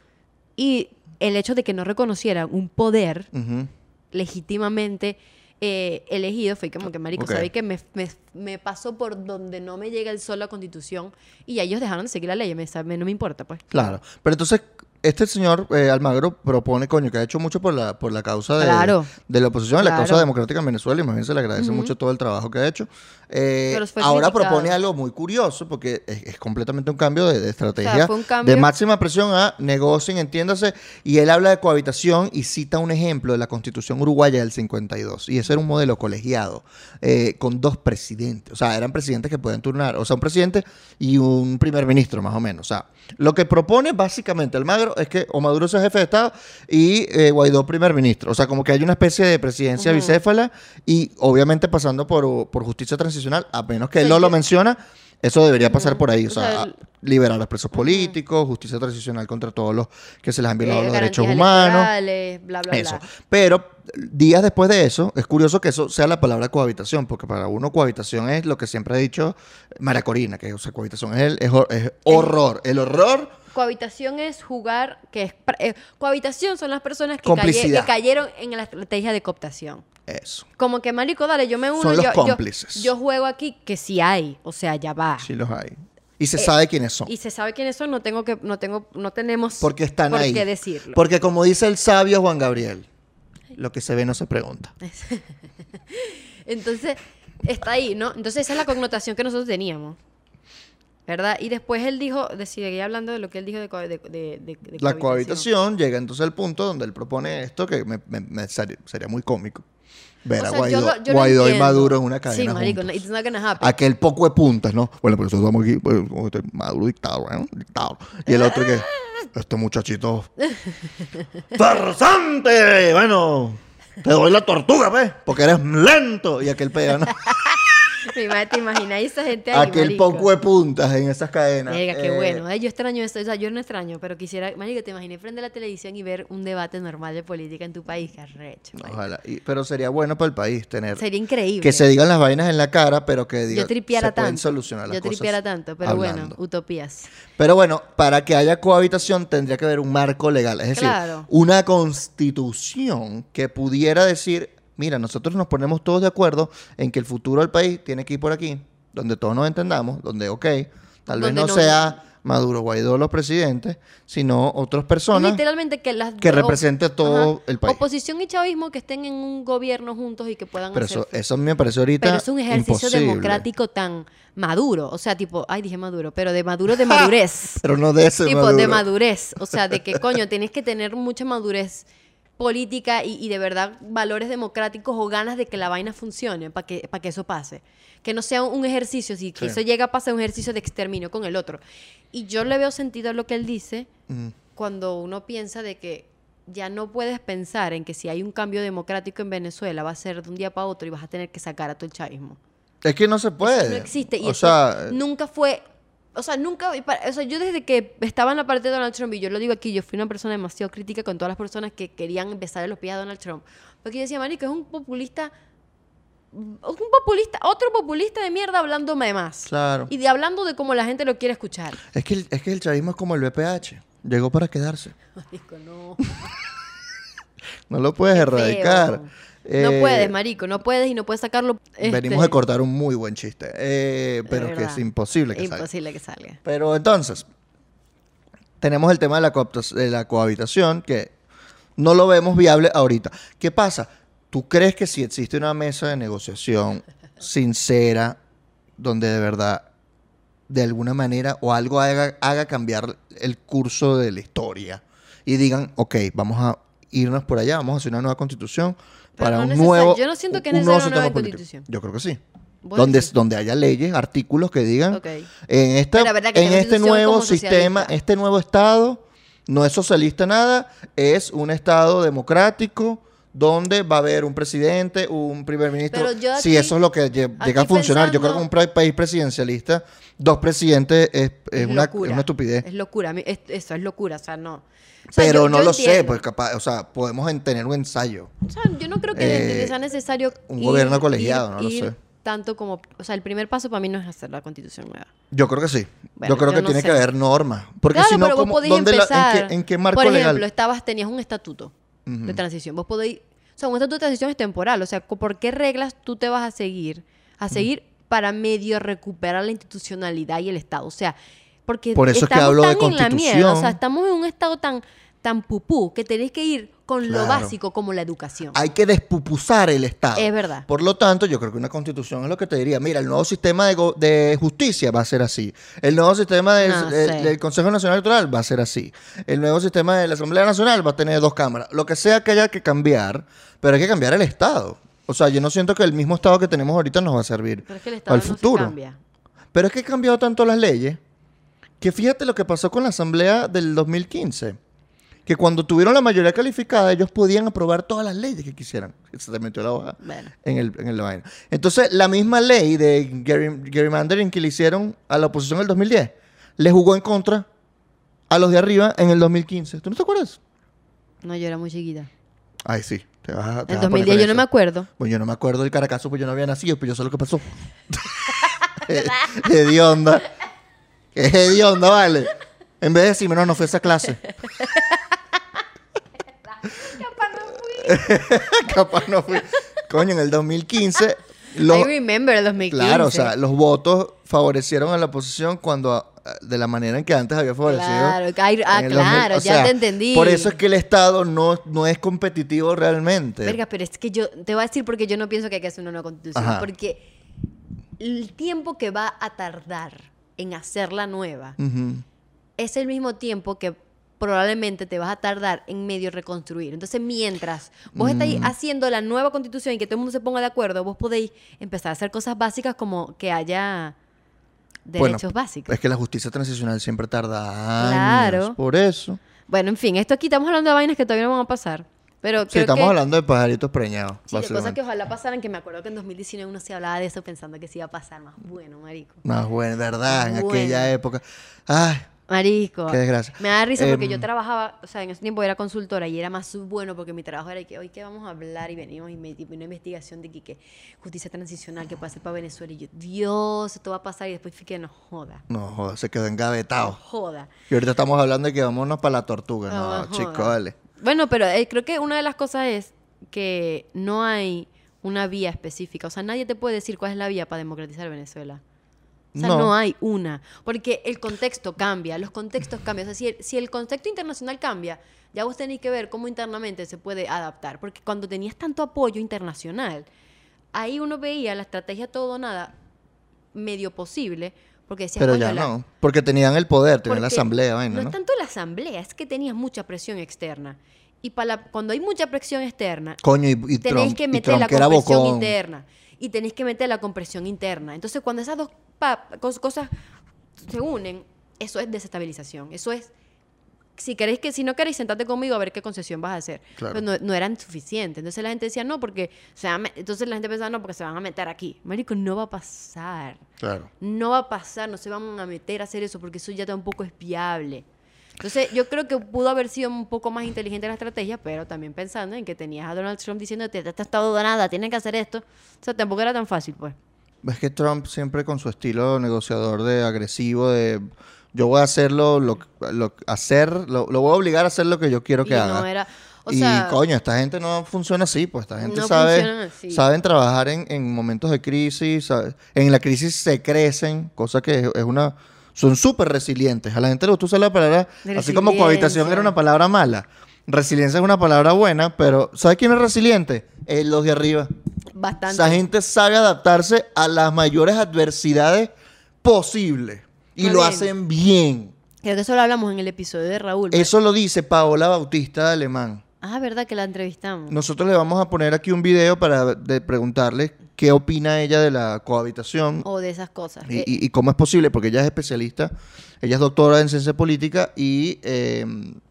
Y el hecho de que no reconocieran un poder Ujú. legítimamente eh, elegido fue como que, marico, Ok. ¿sabéis que me, me, me pasó por donde no me llega el sol la Constitución? Y ya ellos dejaron de seguir la ley, me, sabe- no me importa, pues. Claro. Pero entonces, este señor eh, Almagro propone, coño, que ha hecho mucho por la, por la causa de, Claro. de la oposición, la Claro. causa democrática en Venezuela, y más bien se le agradece Ujú. mucho todo el trabajo que ha hecho. Eh, Pero fue ahora criticado. propone algo muy curioso, porque es, es completamente un cambio de, de estrategia, fue un cambio- de máxima presión a negocien, entiéndase, y él habla de cohabitación y cita un ejemplo de la Constitución uruguaya del cincuenta y dos, y ese era un modelo colegiado, eh, con dos presidentes, o sea, eran presidentes que pueden turnar, o sea, un presidente y un primer ministro, más o menos. O sea, lo que propone básicamente Almagro es que o Maduro sea jefe de Estado y eh, Guaidó primer ministro. O sea, como que hay una especie de presidencia Ujú. bicéfala y obviamente pasando por, por justicia transicional, a menos que O él sea, no lo yo- menciona. Eso debería pasar por ahí, o O sea, sea, a- el- liberar a los presos políticos, justicia transicional contra todos los que se les han violado eh, los derechos garantías humanos. electorales, bla, bla, Eso. bla. Pero días después de eso, es curioso que eso sea la palabra cohabitación, porque para uno cohabitación es lo que siempre ha dicho María Corina, que o sea, cohabitación es, el, es, hor- es horror. El horror, Cohabitación es jugar, que es pra- eh, cohabitación son las personas que, caye- Complicidad. que cayeron en la estrategia de cooptación. eso. Como que, marico, dale, yo me uno, Son los yo, yo- cómplices. yo juego aquí, que sí hay, o sea, ya va. Sí los hay. Y se sabe quiénes son. Y se sabe quiénes son, no tengo que, no tengo, no tenemos Porque están por ahí. qué decirlo. Porque como dice el sabio Juan Gabriel, lo que se ve no se pregunta. Entonces, está ahí, ¿no? Entonces esa es la connotación que nosotros teníamos. ¿Verdad? Y después él dijo, de- seguía hablando de lo que él dijo de, co- de, de- de- de La cohabitación llega entonces al punto donde él propone esto, que me, me- me ser- sería muy cómico. Ver O a sea, Guaidó, yo lo- yo lo Guaidó y entiendo. Maduro en una cadena Sí, marico, juntos. it's not gonna happen. Aquel poco de puntas, ¿no? Bueno, por eso estamos aquí, pues, con este Maduro dictador, ¿no? Dictador. Y el otro que, este muchachito, farsante, bueno, te doy la tortuga, pues, porque eres lento. Y aquel pega, ¿no? Mi madre, ¿te imaginas esa gente ahí, Aquel marico? poco de puntas en esas cadenas. Verga, qué Eh, bueno. Ay, yo extraño eso. O sea, yo no extraño, pero quisiera... Marico, te imaginé frente a la televisión y ver un debate normal de política en tu país. Qué arrecho, marico. Ojalá. Y- pero sería bueno para el país tener... Sería increíble. Que se digan las vainas en la cara, pero que digan, Yo tripiara se pueden tanto. solucionar las Yo cosas tripiara tanto, pero hablando. bueno, utopías. Pero bueno, para que haya cohabitación tendría que haber un marco legal. Es decir, Claro. una constitución que pudiera decir, mira, nosotros nos ponemos todos de acuerdo en que el futuro del país tiene que ir por aquí, donde todos nos entendamos, donde, ok, tal vez Donde no, no- sea Maduro, Guaidó los presidentes, sino otras personas. Literalmente que las... que o- represente a todo ajá, el país. Oposición y chavismo que estén en un gobierno juntos y que puedan Pero hacer... eso, eso me parece ahorita Pero es un ejercicio imposible. democrático tan maduro. O sea, tipo... Ay, dije maduro. Pero de maduro de madurez. Pero no de ese tipo Maduro. de madurez. O sea, de que, coño, tienes que tener mucha madurez política y, y de verdad valores democráticos o ganas de que la vaina funcione para que, para que eso pase. Que no sea un ejercicio, si que Sí. eso llega a pasar un ejercicio de exterminio con el otro. Y yo le veo sentido a lo que él dice Ujú. cuando uno piensa de que ya no puedes pensar en que si hay un cambio democrático en Venezuela va a ser de un día para otro y vas a tener que sacar a todo el chavismo. Es que no se puede. Eso no existe. Y o eso sea, nunca fue. O sea, nunca. O sea, yo desde que estaba en la parte de Donald Trump, y yo lo digo aquí, yo fui una persona demasiado crítica con todas las personas que querían besar los pies a Donald Trump. Porque yo decía, marico, es un populista. Un populista, otro populista de mierda hablándome de más. claro. Y de hablando de cómo la gente lo quiere escuchar. Es que, el, es que el chavismo es como el B P H. Llegó para quedarse. Marico, no. No lo puedes Qué erradicar. feo. No Eh, puedes, marico, no puedes y no puedes sacarlo. Venimos este, de cortar un muy buen chiste. Eh, pero de es que es verdad. imposible que salga. Imposible que salga. Pero entonces, tenemos el tema de la, coopta- de la cohabitación que no lo vemos viable ahorita. ¿Qué pasa? ¿Tú crees que si existe una mesa de negociación sincera, donde de verdad, de alguna manera, o algo haga, haga cambiar el curso de la historia, y digan, ok, vamos a irnos por allá, vamos a hacer una nueva constitución Pero para no un necesar- nuevo yo no siento que es un necesaria nuevo una nueva sistema político? constitución. Yo creo que sí. ¿Vos Donde, decís? donde haya leyes, artículos que digan, Ok. en, esta, Pero la verdad que en esta este constitución nuevo como sistema, socialista. este nuevo Estado, no es socialista nada, es un Estado democrático donde va a haber un presidente, un primer ministro. Pero yo Si aquí- eso es lo que lle- aquí llega a funcionar, yo creo que pensando- un pra- país presidencialista, dos presidentes es, es Es una, locura. es una estupidez. Es locura. a mí- es- eso es locura. O sea, no. O sea, Pero yo- no yo lo sé, entiendo. pues capaz, o sea, podemos en- tener un ensayo. O sea, yo no creo que Eh, sea necesario. un gobierno colegiado, ir- no lo ir sé. Tanto como. O sea, el primer paso para mí no es hacer la constitución nueva. Yo creo que sí. Bueno, yo creo yo que no tiene sé. que haber normas. Porque Claro, si no, pero vos ¿cómo- podéis dónde la- empezar. en, qué, en qué marco Por ejemplo, legal? estabas, tenías un estatuto de Ujú. transición. Vos podéis. O sea, un estatuto de transición es temporal. O sea, co- ¿por qué reglas tú te vas a seguir? A seguir para medio recuperar la institucionalidad y el Estado. O sea, porque Por eso es que estamos hablo de tan en la mierda. O sea, constitución. estamos en un estado tan, tan pupú que tenéis que ir con lo Claro. básico como la educación. Hay que despupusar el Estado. Es verdad. Por lo tanto, yo creo que una constitución es lo que te diría. Mira, el nuevo sistema de, go- de justicia va a ser así. El nuevo sistema del, No del- sé. del Consejo Nacional Electoral va a ser así. El nuevo sistema de la Asamblea Nacional va a tener dos cámaras. Lo que sea que haya que cambiar, pero hay que cambiar el Estado. O sea, yo no siento que el mismo Estado que tenemos ahorita nos va a servir Pero es que el Estado para el no futuro. se cambia. Pero es que han cambiado tanto las leyes que fíjate lo que pasó con la Asamblea del dos mil quince. que cuando tuvieron la mayoría calificada, ellos podían aprobar todas las leyes que quisieran. Se te metió la hoja Bueno. en el, en el vaina. Entonces, la misma ley de gerry- gerrymandering que le hicieron a la oposición en el dos mil diez, le jugó en contra a los de arriba en el dos mil quince. ¿Tú no te acuerdas? No, yo era muy chiquita. Ay, sí. Te vas a, te En vas a poner dos mil diez con yo no eso. me acuerdo. Pues yo no me acuerdo del Caracazo, pues yo no había nacido, pues yo sé lo que pasó. Hedionda. Es hedionda, vale. En vez de decirme, no, no fue esa clase. Capaz no fui. Coño, en el dos mil quince... Los, I remember el dos mil quince. claro, o sea, los votos favorecieron a la oposición cuando ah, de la manera en que antes había favorecido. Claro, que hay- ah, en el dos mil. claro, O ya sea, te entendí. Por eso es que el Estado no, no es competitivo realmente. Verga, pero es que yo te voy a decir porque yo no pienso que hay que hacer una nueva constitución. Ajá. Porque el tiempo que va a tardar en hacer la nueva Ujú. es el mismo tiempo que probablemente te vas a tardar en medio reconstruir. Entonces, mientras vos estáis Mm. haciendo la nueva constitución y que todo el mundo se ponga de acuerdo, vos podéis empezar a hacer cosas básicas como que haya Bueno, derechos básicos. Es que la justicia transicional siempre tarda años. Claro. Por eso. Bueno, en fin, esto aquí estamos hablando de vainas que todavía no van a pasar. Pero Sí, creo estamos que, hablando de pajaritos preñados. sí, de cosas básicamente. que ojalá pasaran, que me acuerdo que en dos mil diecinueve uno se hablaba de eso pensando que sí iba a pasar más. Bueno, marico. Más bueno, ¿verdad? En Bueno. aquella época. Ay, Marico. qué desgracia. Me da risa porque Em, yo trabajaba, o sea, en ese tiempo era consultora y era más bueno porque mi trabajo era que hoy que vamos a hablar y venimos y me tipo una investigación de que, que justicia transicional que puede hacer para Venezuela y yo, Dios, esto va a pasar y después fui que no joda. No, joda, se quedó No engavetado. joda. Y ahorita estamos hablando de que vámonos para la tortuga. No, No, chico, joda. vale. Bueno, pero eh, creo que una de las cosas es que no hay una vía específica. O sea, nadie te puede decir cuál es la vía para democratizar Venezuela. O sea, no, No. hay una. Porque el contexto cambia, los contextos cambian. O sea, si el, si el contexto internacional cambia, ya vos tenés que ver cómo internamente se puede adaptar. Porque cuando tenías tanto apoyo internacional, ahí uno veía la estrategia todo o nada medio posible. Porque decías, Pero coño, ya la- no. Porque tenían el poder, tenían la porque asamblea, vaina, no ¿no? es tanto la asamblea, es que tenías mucha presión externa. Y para la- cuando hay mucha presión externa, Coño, y, y tenéis Trump, que y meter Trump la que era compresión bocón. interna. Y tenéis que meter la compresión interna. Entonces, cuando esas dos pa- cos- cosas se unen, eso es desestabilización. Eso es, si queréis que, si no queréis, sentate conmigo a ver qué concesión vas a hacer. Claro. Pero no, no eran suficientes. Entonces la gente decía, no, porque se van a me- entonces la gente pensaba, no, porque se van a meter aquí. Marico, no va a pasar. Claro. No va a pasar, no se van a meter a hacer eso porque eso ya tampoco es viable. Entonces, yo creo que pudo haber sido un poco más inteligente la estrategia, pero también pensando en que tenías a Donald Trump diciéndote, te has estado de nada, tienen que hacer esto. O sea, tampoco era tan fácil, pues. Es que Trump siempre con su estilo negociador de agresivo, de yo voy a hacerlo, lo, lo, hacer, lo, lo voy a obligar a hacer lo que yo quiero que Y haga. no era, o y sea, coño, esta gente no funciona así, pues esta gente no sabe, funcionan así. saben trabajar en, en momentos de crisis, sabe- en la crisis se crecen, cosa que es, es una, son súper resilientes. A la gente le gusta usar la palabra, así como cohabitación Resiliencia. era una palabra mala. Resiliencia es una palabra buena, pero ¿sabe quién es resiliente? Eh, los de arriba. bastante. Esa gente sabe adaptarse a las mayores adversidades posibles y Muy lo bien. hacen bien. Creo que eso lo hablamos en el episodio de Raúl. Eso lo dice Paola Bautista de Alemán. Ah, verdad que la entrevistamos. Nosotros le vamos a poner aquí un video para de preguntarle qué opina ella de la cohabitación O de esas cosas. y, Eh, y- y cómo es posible, porque ella es especialista, ella es doctora en ciencia política y eh,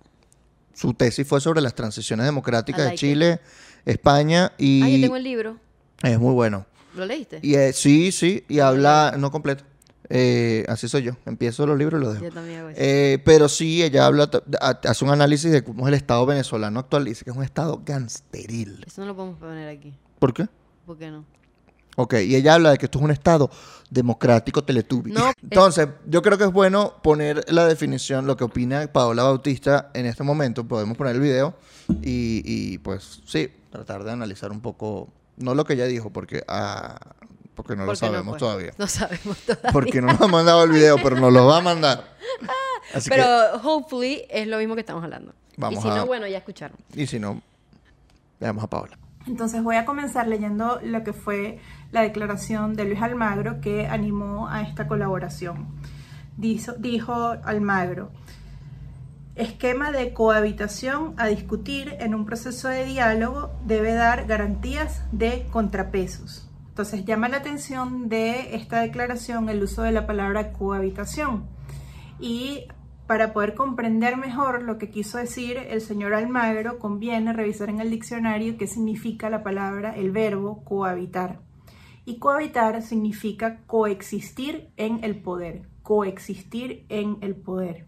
su tesis fue sobre las transiciones democráticas I de like Chile, España y ah, yo tengo el libro. es muy bueno. ¿Lo leíste? Y eh, sí, sí, y habla, no completo. Eh, así soy yo. Empiezo los libros y los dejo. Yo también hago eso. Eh, pero sí, ella habla, t- ha- hace un análisis de cómo es el Estado venezolano actual. Dice que es un Estado gangsteril. Eso no lo podemos poner aquí. ¿Por qué? ¿Por qué no? Ok, y ella habla de que esto es un Estado democrático teletubi. No, Entonces, yo creo que es bueno poner la definición, lo que opina Paola Bautista en este momento. Podemos poner el video y, y, pues sí, tratar de analizar un poco, no lo que ella dijo, porque, ah, porque no lo ¿Por qué no, sabemos pues? todavía. No sabemos todavía. Porque no nos ha mandado el video, pero nos lo va a mandar. Así Pero hopefully es lo mismo que estamos hablando. Vamos y si a- no, bueno, ya escucharon. que, y si no, veamos a Paola. Entonces voy a comenzar leyendo lo que fue la declaración de Luis Almagro que animó a esta colaboración. Dijo, dijo Almagro: esquema de cohabitación a discutir en un proceso de diálogo debe dar garantías de contrapesos. Entonces llama la atención de esta declaración el uso de la palabra cohabitación. Y para poder comprender mejor lo que quiso decir el señor Almagro, conviene revisar en el diccionario qué significa la palabra, el verbo cohabitar. Y cohabitar significa coexistir en el poder, coexistir en el poder.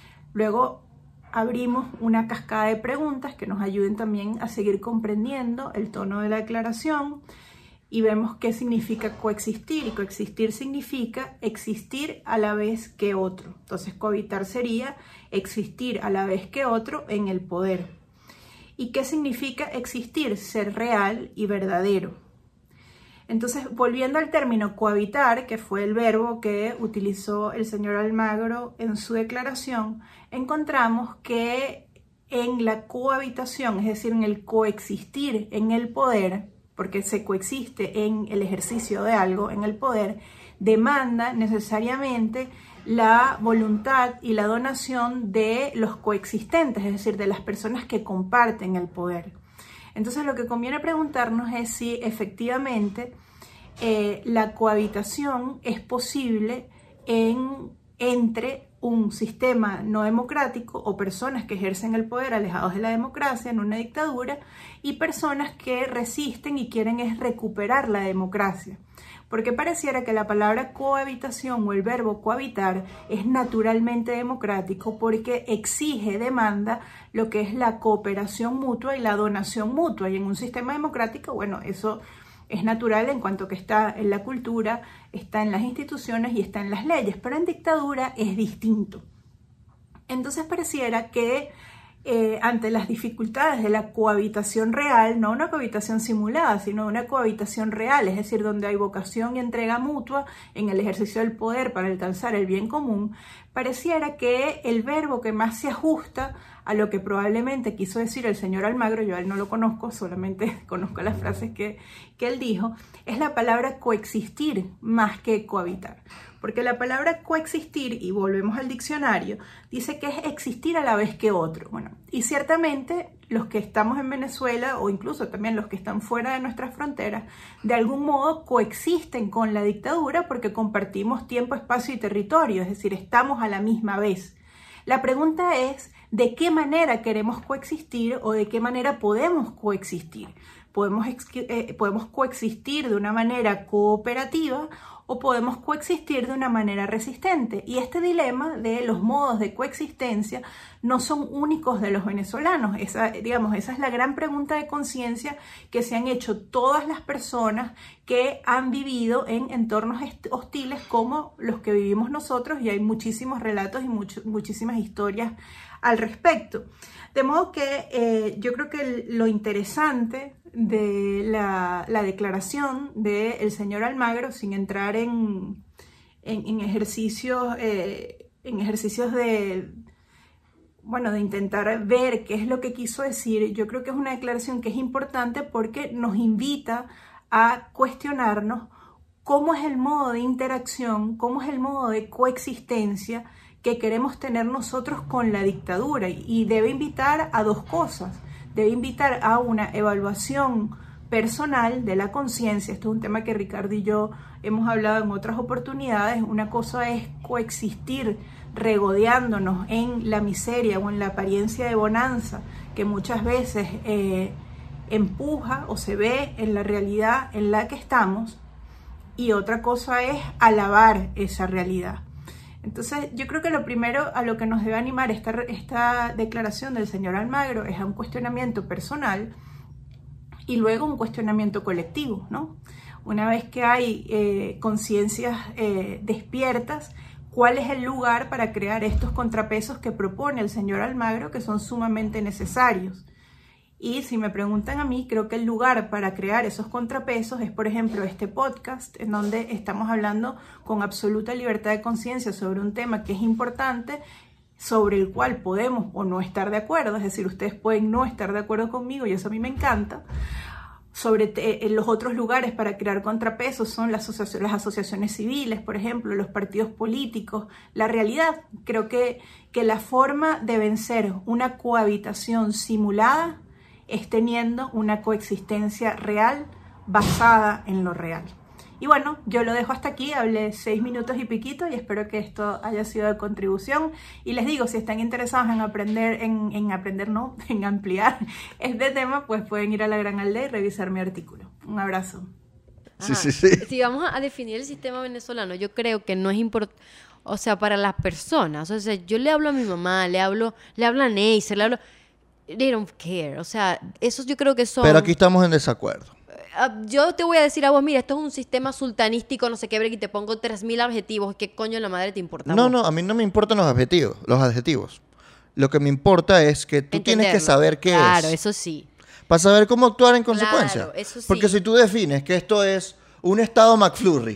Luego abrimos una cascada de preguntas que nos ayuden también a seguir comprendiendo el tono de la declaración y vemos qué significa coexistir. Y coexistir significa existir a la vez que otro. Entonces cohabitar sería existir a la vez que otro en el poder. ¿Y qué significa existir? Ser real y verdadero. Entonces, volviendo al término cohabitar, que fue el verbo que utilizó el señor Almagro en su declaración, encontramos que en la cohabitación, es decir, en el coexistir en el poder, porque se coexiste en el ejercicio de algo, en el poder, demanda necesariamente la voluntad y la donación de los coexistentes, es decir, de las personas que comparten el poder. Entonces lo que conviene preguntarnos es si efectivamente eh, la cohabitación es posible en, entre un sistema no democrático o personas que ejercen el poder alejados de la democracia en una dictadura y personas que resisten y quieren es recuperar la democracia. Porque pareciera que la palabra cohabitación o el verbo cohabitar es naturalmente democrático porque exige, demanda lo que es la cooperación mutua y la donación mutua. Y en un sistema democrático, bueno, eso es natural en cuanto que está en la cultura, está en las instituciones y está en las leyes, pero en dictadura es distinto. Entonces pareciera que eh, ante las dificultades de la cohabitación real, no una cohabitación simulada, sino una cohabitación real, es decir, donde hay vocación y entrega mutua en el ejercicio del poder para alcanzar el bien común, pareciera que el verbo que más se ajusta a lo que probablemente quiso decir el señor Almagro, yo a él no lo conozco, solamente conozco las frases que, que él dijo, es la palabra coexistir más que cohabitar. Porque la palabra coexistir, y volvemos al diccionario, dice que es existir a la vez que otro. Bueno, y ciertamente los que estamos en Venezuela, o incluso también los que están fuera de nuestras fronteras, de algún modo coexisten con la dictadura porque compartimos tiempo, espacio y territorio, es decir, estamos a la misma vez. La pregunta es, ¿de qué manera queremos coexistir o de qué manera podemos coexistir? Podemos, eh, podemos coexistir de una manera cooperativa o podemos coexistir de una manera resistente. Y este dilema de los modos de coexistencia no son únicos de los venezolanos. Esa, digamos, esa es la gran pregunta de conciencia que se han hecho todas las personas que han vivido en entornos hostiles como los que vivimos nosotros, y hay muchísimos relatos y mucho, muchísimas historias al respecto. De modo que eh, yo creo que lo interesante de la, la declaración del señor Almagro, sin entrar en, en, en ejercicios, eh, en ejercicios de, bueno, de intentar ver qué es lo que quiso decir, yo creo que es una declaración que es importante porque nos invita a cuestionarnos cómo es el modo de interacción, cómo es el modo de coexistencia que queremos tener nosotros con la dictadura, y debe invitar a dos cosas. Debe invitar a una evaluación personal de la conciencia. Esto es un tema que Ricardo y yo hemos hablado en otras oportunidades. Una cosa es coexistir regodeándonos en la miseria o en la apariencia de bonanza que muchas veces eh, empuja o se ve en la realidad en la que estamos, y otra cosa es alabar esa realidad. Entonces yo creo que lo primero a lo que nos debe animar esta, esta declaración del señor Almagro es a un cuestionamiento personal y luego un cuestionamiento colectivo, ¿no? Una vez que hay eh, conciencias eh, despiertas, ¿cuál es el lugar para crear estos contrapesos que propone el señor Almagro, que son sumamente necesarios? Y si me preguntan a mí, creo que el lugar para crear esos contrapesos es, por ejemplo, este podcast, en donde estamos hablando con absoluta libertad de conciencia sobre un tema que es importante, sobre el cual podemos o no estar de acuerdo, es decir, ustedes pueden no estar de acuerdo conmigo y eso a mí me encanta. Sobre eh, los otros lugares para crear contrapesos son las, asoci las asociaciones civiles, por ejemplo, los partidos políticos, la realidad. Creo que, que la forma de vencer una cohabitación simulada es teniendo una coexistencia real basada en lo real. Y bueno, yo lo dejo hasta aquí, hablé seis minutos y piquito y espero que esto haya sido de contribución. Y les digo, si están interesados en aprender, en, en aprender no, en ampliar este tema, pues pueden ir a La Gran Aldea y revisar mi artículo. Un abrazo. Sí, Ajá. sí, sí. Si vamos a definir el sistema venezolano, yo creo que no es importante, o sea, para las personas. O sea, yo le hablo a mi mamá, le hablo, le hablo a Neisser, le hablo... They don't care. O sea, esos yo creo que son... Pero aquí estamos en desacuerdo. Ah, yo te voy a decir a vos, mira, esto es un sistema sultanístico, no sé qué, y te pongo tres mil adjetivos. ¿Qué coño la madre te importa? a No, vos? no, a mí no me importan los adjetivos, los adjetivos. Lo que me importa es que tú tienes que Entenderlo. saber qué Claro, es. eso sí. Para saber cómo actuar en consecuencia. Claro, eso sí. Porque si tú defines que esto es un estado McFlurry,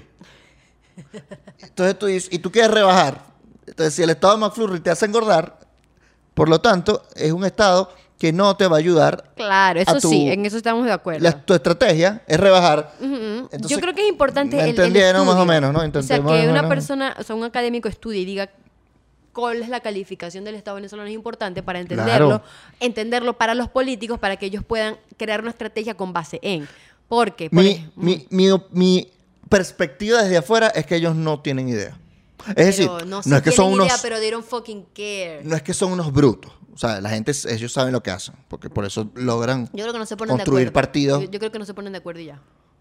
entonces tú dices, y tú quieres rebajar. Entonces, si el estado McFlurry te hace engordar, por lo tanto, es un estado que no te va a ayudar. Claro, eso a tu- sí, en eso estamos de acuerdo. La- tu estrategia es rebajar. Ujú. Entonces, Yo creo que es importante ¿me el, el entendieron más o estudio. menos, no? O sea, Intentemos más que o una menos. persona, o sea, un académico estudie y diga cuál es la calificación del Estado venezolano es importante para entenderlo, Claro. entenderlo para los políticos, para que ellos puedan crear una estrategia con base en. Porque, por Mi, ej- mi, mi, op- mi perspectiva desde afuera es que ellos no tienen idea. Es decir, pero no, no, es que son tienen idea, unos, pero they don't fucking care. no es que son unos brutos. O sea, la gente, ellos saben lo que hacen, porque por eso logran Yo creo que no se ponen construir de acuerdo. partidos. Yo, yo creo que no se ponen de acuerdo y ya.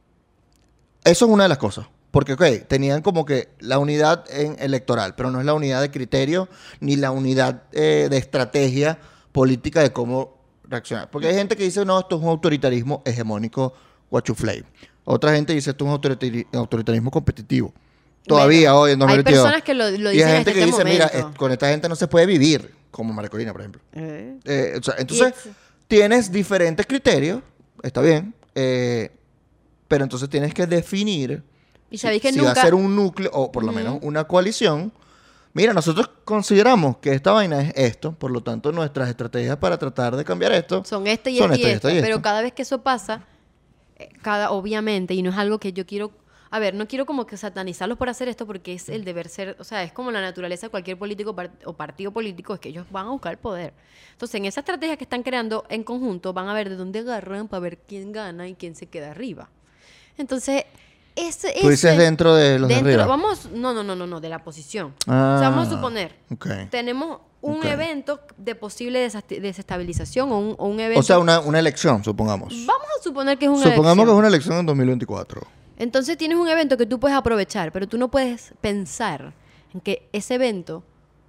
Eso es una de las cosas. Porque, ok, tenían como que la unidad en electoral, pero no es la unidad de criterio ni la unidad eh, de estrategia política de cómo reaccionar. Porque hay gente que dice, no, esto es un autoritarismo hegemónico, guachuflay. Otra gente dice, esto es un autoritari- autoritarismo competitivo. Todavía Bueno, hoy, en hay dos mil veintidós. personas que lo- lo Y dicen hay gente hasta que este dice, mira, momento. es- con esta gente no se puede vivir, como Maricolina, por ejemplo. Eh. Eh, o sea, entonces, It's- tienes diferentes criterios, está bien, eh, pero entonces tienes que definir Y si, sabéis que si va nunca... a ser un núcleo, o por lo menos una coalición. Mira, nosotros consideramos que esta vaina es esto, por lo tanto, nuestras estrategias para tratar de cambiar esto Son este y son este y esta y este, esta y pero esta. cada vez que eso pasa, eh, cada obviamente, y no es algo que yo quiero, a ver, no quiero como que satanizarlos por hacer esto porque es el deber ser, o sea, es como la naturaleza de cualquier político par- o partido político, es que ellos van a buscar el poder. Entonces, en esa estrategia que están creando en conjunto, van a ver de dónde agarran para ver quién gana y quién se queda arriba. Entonces, ese, Tú dices ese- dentro de los de dentro- arriba. Vamos, no, no, no, no, no, de la posición. Ah, o sea, vamos a suponer, ok. tenemos un Ok. evento de posible desast- desestabilización o un, o un evento... O sea, una, una elección, supongamos. Vamos a suponer que es una Supongamos elección. que es una elección en dos mil veinticuatro. Entonces tienes un evento que tú puedes aprovechar, pero tú no puedes pensar en que ese evento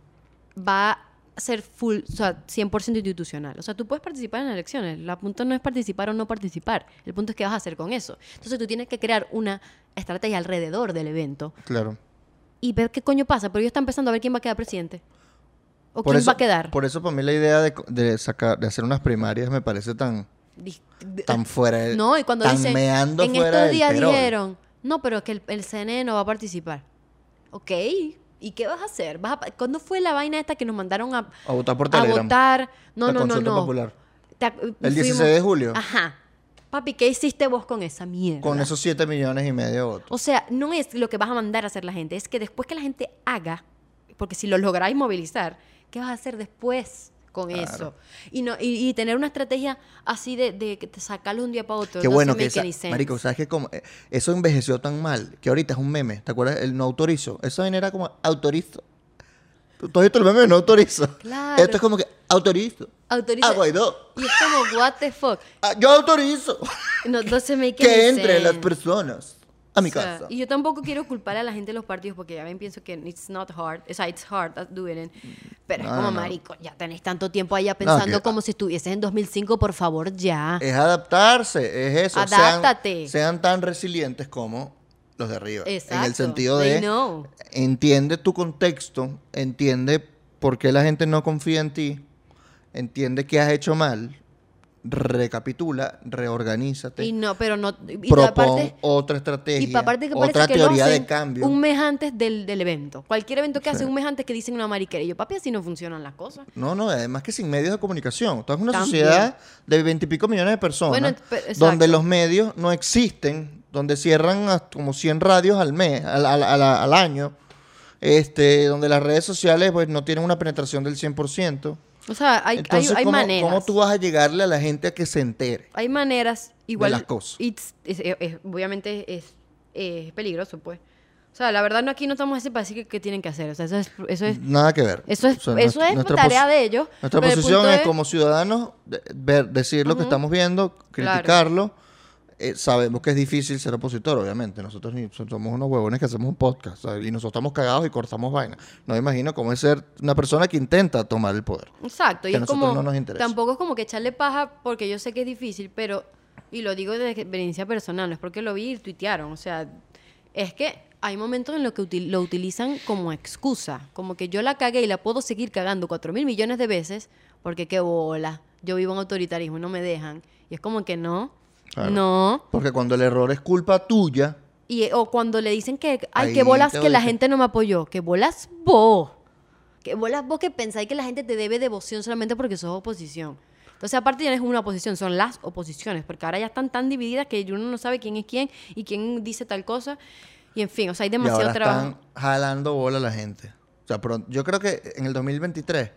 va a ser full, o sea, cien por ciento institucional. O sea, tú puedes participar en las elecciones. El punto no es participar o no participar. El punto es qué vas a hacer con eso. Entonces tú tienes que crear una estrategia alrededor del evento Claro. y ver qué coño pasa. Pero ellos están empezando a ver quién va a quedar presidente. O Por quién eso, va a quedar. Por eso, para mí, la idea de, de sacar, de hacer unas primarias me parece tan, Di- tan fuera de- No, y cuando tan dicen, meando en fuera estos del días perol. dijeron, no, pero que el, el C N E no va a participar. Ok, ¿y qué vas a hacer? ¿Vas a pa- ¿Cuándo fue la vaina esta que nos mandaron a, A votar por a Telegram. votar? No, La no, no, consulta no. popular. Te ac- El fuimos- dieciséis de julio. Ajá. Papi, ¿qué hiciste vos con esa mierda? Con esos siete millones y medio de votos. O sea, no es lo que vas a mandar a hacer la gente, es que después que la gente haga, porque si lo lográis movilizar, ¿qué vas a hacer después con eso? Y no y, y tener una estrategia así de, de que te sacarlo de un día para otro. Qué no bueno se que make esa, any sense. marico, ¿sabes qué? Como, eh, eso envejeció tan mal que ahorita es un meme. ¿Te acuerdas? El no autorizo. Esa vaina era como autorizo. ¿Tú tú has visto el meme de no autorizo? Claro. Esto es como que autorizo. Autoriza. A Guaidó. Y es como, what the fuck. Ah, yo autorizo No, no se make que any entren las sense. personas a mi O sea, casa. y yo tampoco quiero culpar a la gente de los partidos porque ya ven, pienso que it's not hard. O sea, it's hard to do it. Pero es No, como, no. marico, ya tenés tanto tiempo allá pensando que- como si estuvieses en dos mil cinco, por favor, ya. Es adaptarse, es eso. Adáptate. Sean, sean tan resilientes como los de arriba. En el Exacto. sentido They de know. entiende tu contexto, entiende por qué la gente no confía en ti, entiende qué has hecho mal, recapitula, reorganízate, Y no, pero no. Y propon aparte, otra estrategia, y aparte que otra parece que lo teoría hacen de cambio. un mes antes del, del evento. Cualquier evento que Sí. hacen un mes antes que dicen una mariquera. Y yo, papi, así no funcionan las cosas. No, no, además que sin medios de comunicación. Estás en una También. sociedad de veintipico millones de personas Bueno, pe- exacto. donde los medios no existen, donde cierran hasta como cien radios al mes, al, al- al- al año, este, donde las redes sociales pues no tienen una penetración del cien por ciento. O sea, hay, Entonces, hay, hay ¿cómo, maneras. ¿cómo tú vas a llegarle a la gente a que se entere? Hay maneras igual las cosas. it's- es- es- es- obviamente es eh, es peligroso, pues. O sea, la verdad, no aquí no estamos ese para decir que, que tienen que hacer. O sea, eso es... Eso es Nada que ver. Eso es, O sea, eso nuestra- es nuestra tarea posi- de ellos. Nuestra pero el posición punto es, como ciudadanos, de- ver, decir lo que Ujú. estamos viendo, Claro. criticarlo. Eh, sabemos que es difícil ser opositor, obviamente. Nosotros ni, somos unos huevones que hacemos un podcast, ¿sabes? Y nosotros estamos cagados y cortamos vaina. No me imagino cómo es ser una persona que intenta tomar el poder. Exacto, y Que a es nosotros como, no nos interesa. tampoco es como que echarle paja porque yo sé que es difícil, pero, y lo digo desde experiencia personal, no es porque lo vi y tuitearon, o sea, es que hay momentos en los que util- lo utilizan como excusa, como que yo la cagué y la puedo seguir cagando cuatro mil millones de veces, porque qué bola, yo vivo en autoritarismo y no me dejan, y es como que no, Claro. no, Porque cuando el error es culpa tuya, y, o cuando le dicen que, ay, Ahí qué bolas te que la dicen. gente no me apoyó, que bolas vos. Que bolas vos que pensáis que la gente te debe devoción solamente porque sos oposición. Entonces, aparte ya no es una oposición, son las oposiciones, porque ahora ya están tan divididas que uno no sabe quién es quién y quién dice tal cosa. Y en fin, o sea, hay y demasiado ahora trabajo. están jalando bola a la gente. O sea, pronto, yo creo que en el dos mil veintitrés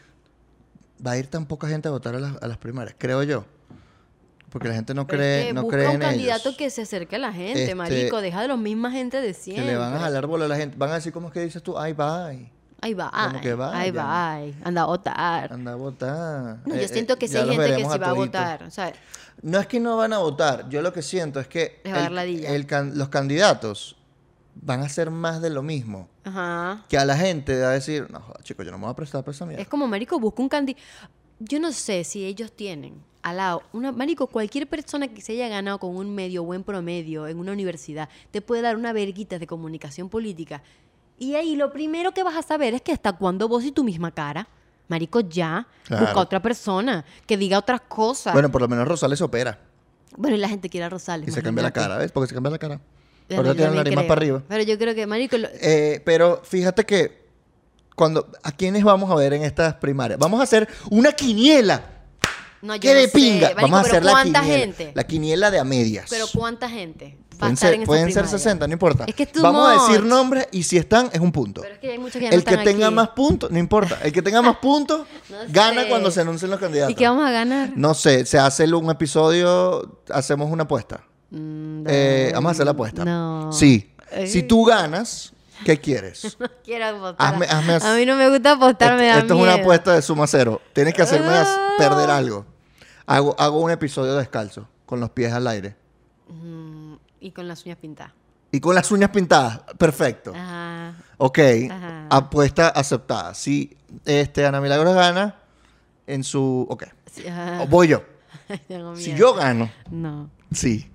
va a ir tan poca gente a votar a las, a las primarias, creo yo. Porque la gente no Pero es cree, que no busca cree un en candidato ellos. que se acerque a la gente, Este, marico. Deja de la misma gente de Que siempre. le van a jalar bola a la gente. Van a decir, ¿cómo es que dices tú? Ay, bye. Ahí va, como que ahí vayan. va, anda a votar. Anda a votar. No, Eh, yo siento que eh, sí ya hay los gente que veremos sí va a toditos. votar. O sea, No es que no van a votar. Yo lo que siento es que Les va a dar ladilla. el can- los candidatos van a hacer más de lo mismo. ajá. Que a la gente va a decir, no, joder, chico, yo no me voy a prestar por esa mierda. Es como, marico, busca un candidato. Yo no sé si ellos tienen al lado, una, marico, cualquier persona que se haya ganado con un medio buen promedio en una universidad te puede dar una verguita de comunicación política. Y ahí lo primero que vas a saber es que está cuando vos y tu misma cara. Marico, ya. Claro. Busca otra persona que diga otras cosas. Bueno, por lo menos Rosales se opera. Bueno, y la gente quiere a Rosales. Y se cambia la imagínate. cara, ¿ves? Porque se cambia la cara. Yo Ahora no- tiene yo la ni nariz más creo. para arriba. Pero yo creo que, marico, lo- Eh, pero fíjate que cuando a quiénes vamos a ver en estas primarias. Vamos a hacer una quiniela. no, yo ¡Qué no de sé. pinga! Marico, Vamos a pero hacer la ¿cuánta quiniela. gente? La quiniela de a medias. Pero ¿cuánta gente va a Pueden estar ser, en esa pueden ser primaria? sesenta, no importa. Es que es too Vamos a decir much. nombres y si están, es un punto. Pero es que hay muchos que ya no El que están tenga aquí. más puntos, no importa. El que tenga más puntos, No gana sé. cuando se anuncien los candidatos. ¿Y qué vamos a ganar? No sé, se hace un episodio, hacemos una apuesta. Mm, Eh, no. vamos a hacer la apuesta. No. Sí. Eh. Si tú ganas, ¿qué quieres? No quiero apostar. Hazme- hazme as- a mí no me gusta apostar, me esto da esto es una miedo. apuesta de suma cero. Tienes que hacerme as- Ah. perder algo. Hago, hago un episodio descalzo, con los pies al aire. Mm, y con las uñas pintadas. Y con las uñas pintadas. Perfecto. Ajá. Ok. Ajá. Apuesta aceptada. Si este, Ana Milagros gana en su... Ok. Sí, ajá. O voy yo. Tengo Si miedo. yo gano, No. sí.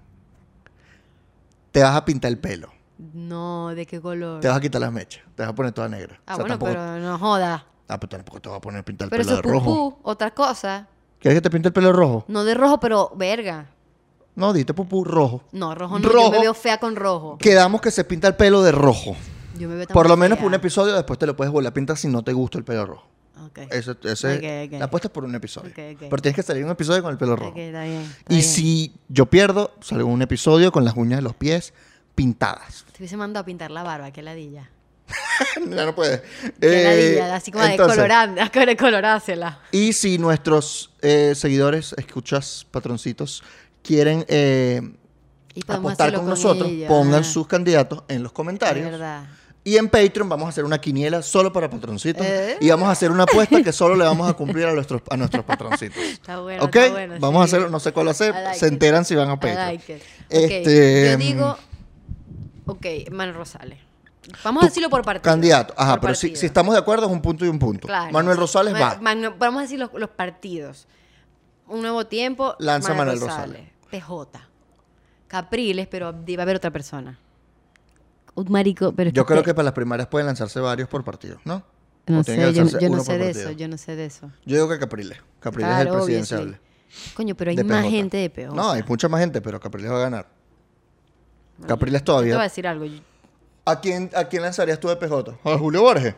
Te vas a pintar el pelo. No, ¿de qué color? Te vas a quitar las mechas. Te vas a poner toda negra. Ah, O sea, bueno, tampoco- pero no joda. Ah, pero tampoco te vas a poner a pintar el Pero pelo eso de es rojo. pupú, otra cosa. ¿Quieres que te pinte el pelo de rojo? No de rojo, pero verga. No, dite pupú rojo. No, rojo no. Rojo. Yo me veo fea con rojo. Quedamos que se pinta el pelo de rojo. Yo me veo tan Por lo menos fea. por un episodio, después te lo puedes volver a pintar si no te gusta el pelo rojo. Ok. Ese, ese, Ok, ok. La apuesta es por un episodio. Ok, ok. Pero tienes que salir en un episodio con el pelo rojo. Ok, está bien. está Y bien. si yo pierdo, salgo en un episodio con las uñas de los pies pintadas. Te hubiese mandado a pintar la barba, qué ladilla. Ya no puedes. Qué Eh, ladilla, así como entonces, de decolorársela. y si nuestros eh, seguidores, escuchas, patroncitos, quieren eh, Y podemos apostar hacerlo con nosotros, ellos, pongan ajá. sus candidatos en los Es comentarios. verdad. Y en Patreon vamos a hacer una quiniela solo para patroncitos. ¿Eh? Y vamos a hacer una apuesta que solo le vamos a cumplir a nuestros, a nuestros patroncitos. Está bueno, ¿Ok? está bueno. Vamos a sí. hacerlo, no sé cuál hacer. I like se it. enteran si van a I Patreon. like it. Ok, Este, yo digo, ok, Manuel Rosales. Vamos a Tu decirlo por partido. Candidato. Ajá, por pero si, partido. si estamos de acuerdo es un punto y un punto. Claro. Manuel Rosales Ma- va. Manu- vamos a decir los, los partidos. Un nuevo tiempo. Lanza Manuel Rosales. P J. Capriles, pero va a haber otra persona. Un marico, pero es Yo creo te- que para las primarias pueden lanzarse varios por partido, ¿no? No O sé, tienen que yo, lanzarse yo no uno sé por de partido. eso, yo no sé de eso. Yo digo que Capriles. Capriles Claro, es el obviously. presidenciable. Coño, pero hay de más P J. gente de P J. No, hay mucha más gente, pero Capriles va a ganar. Bueno, Capriles yo Te voy a todavía. decir algo. yo- ¿A quién, ¿A quién lanzarías tú de P J? A Julio Borges.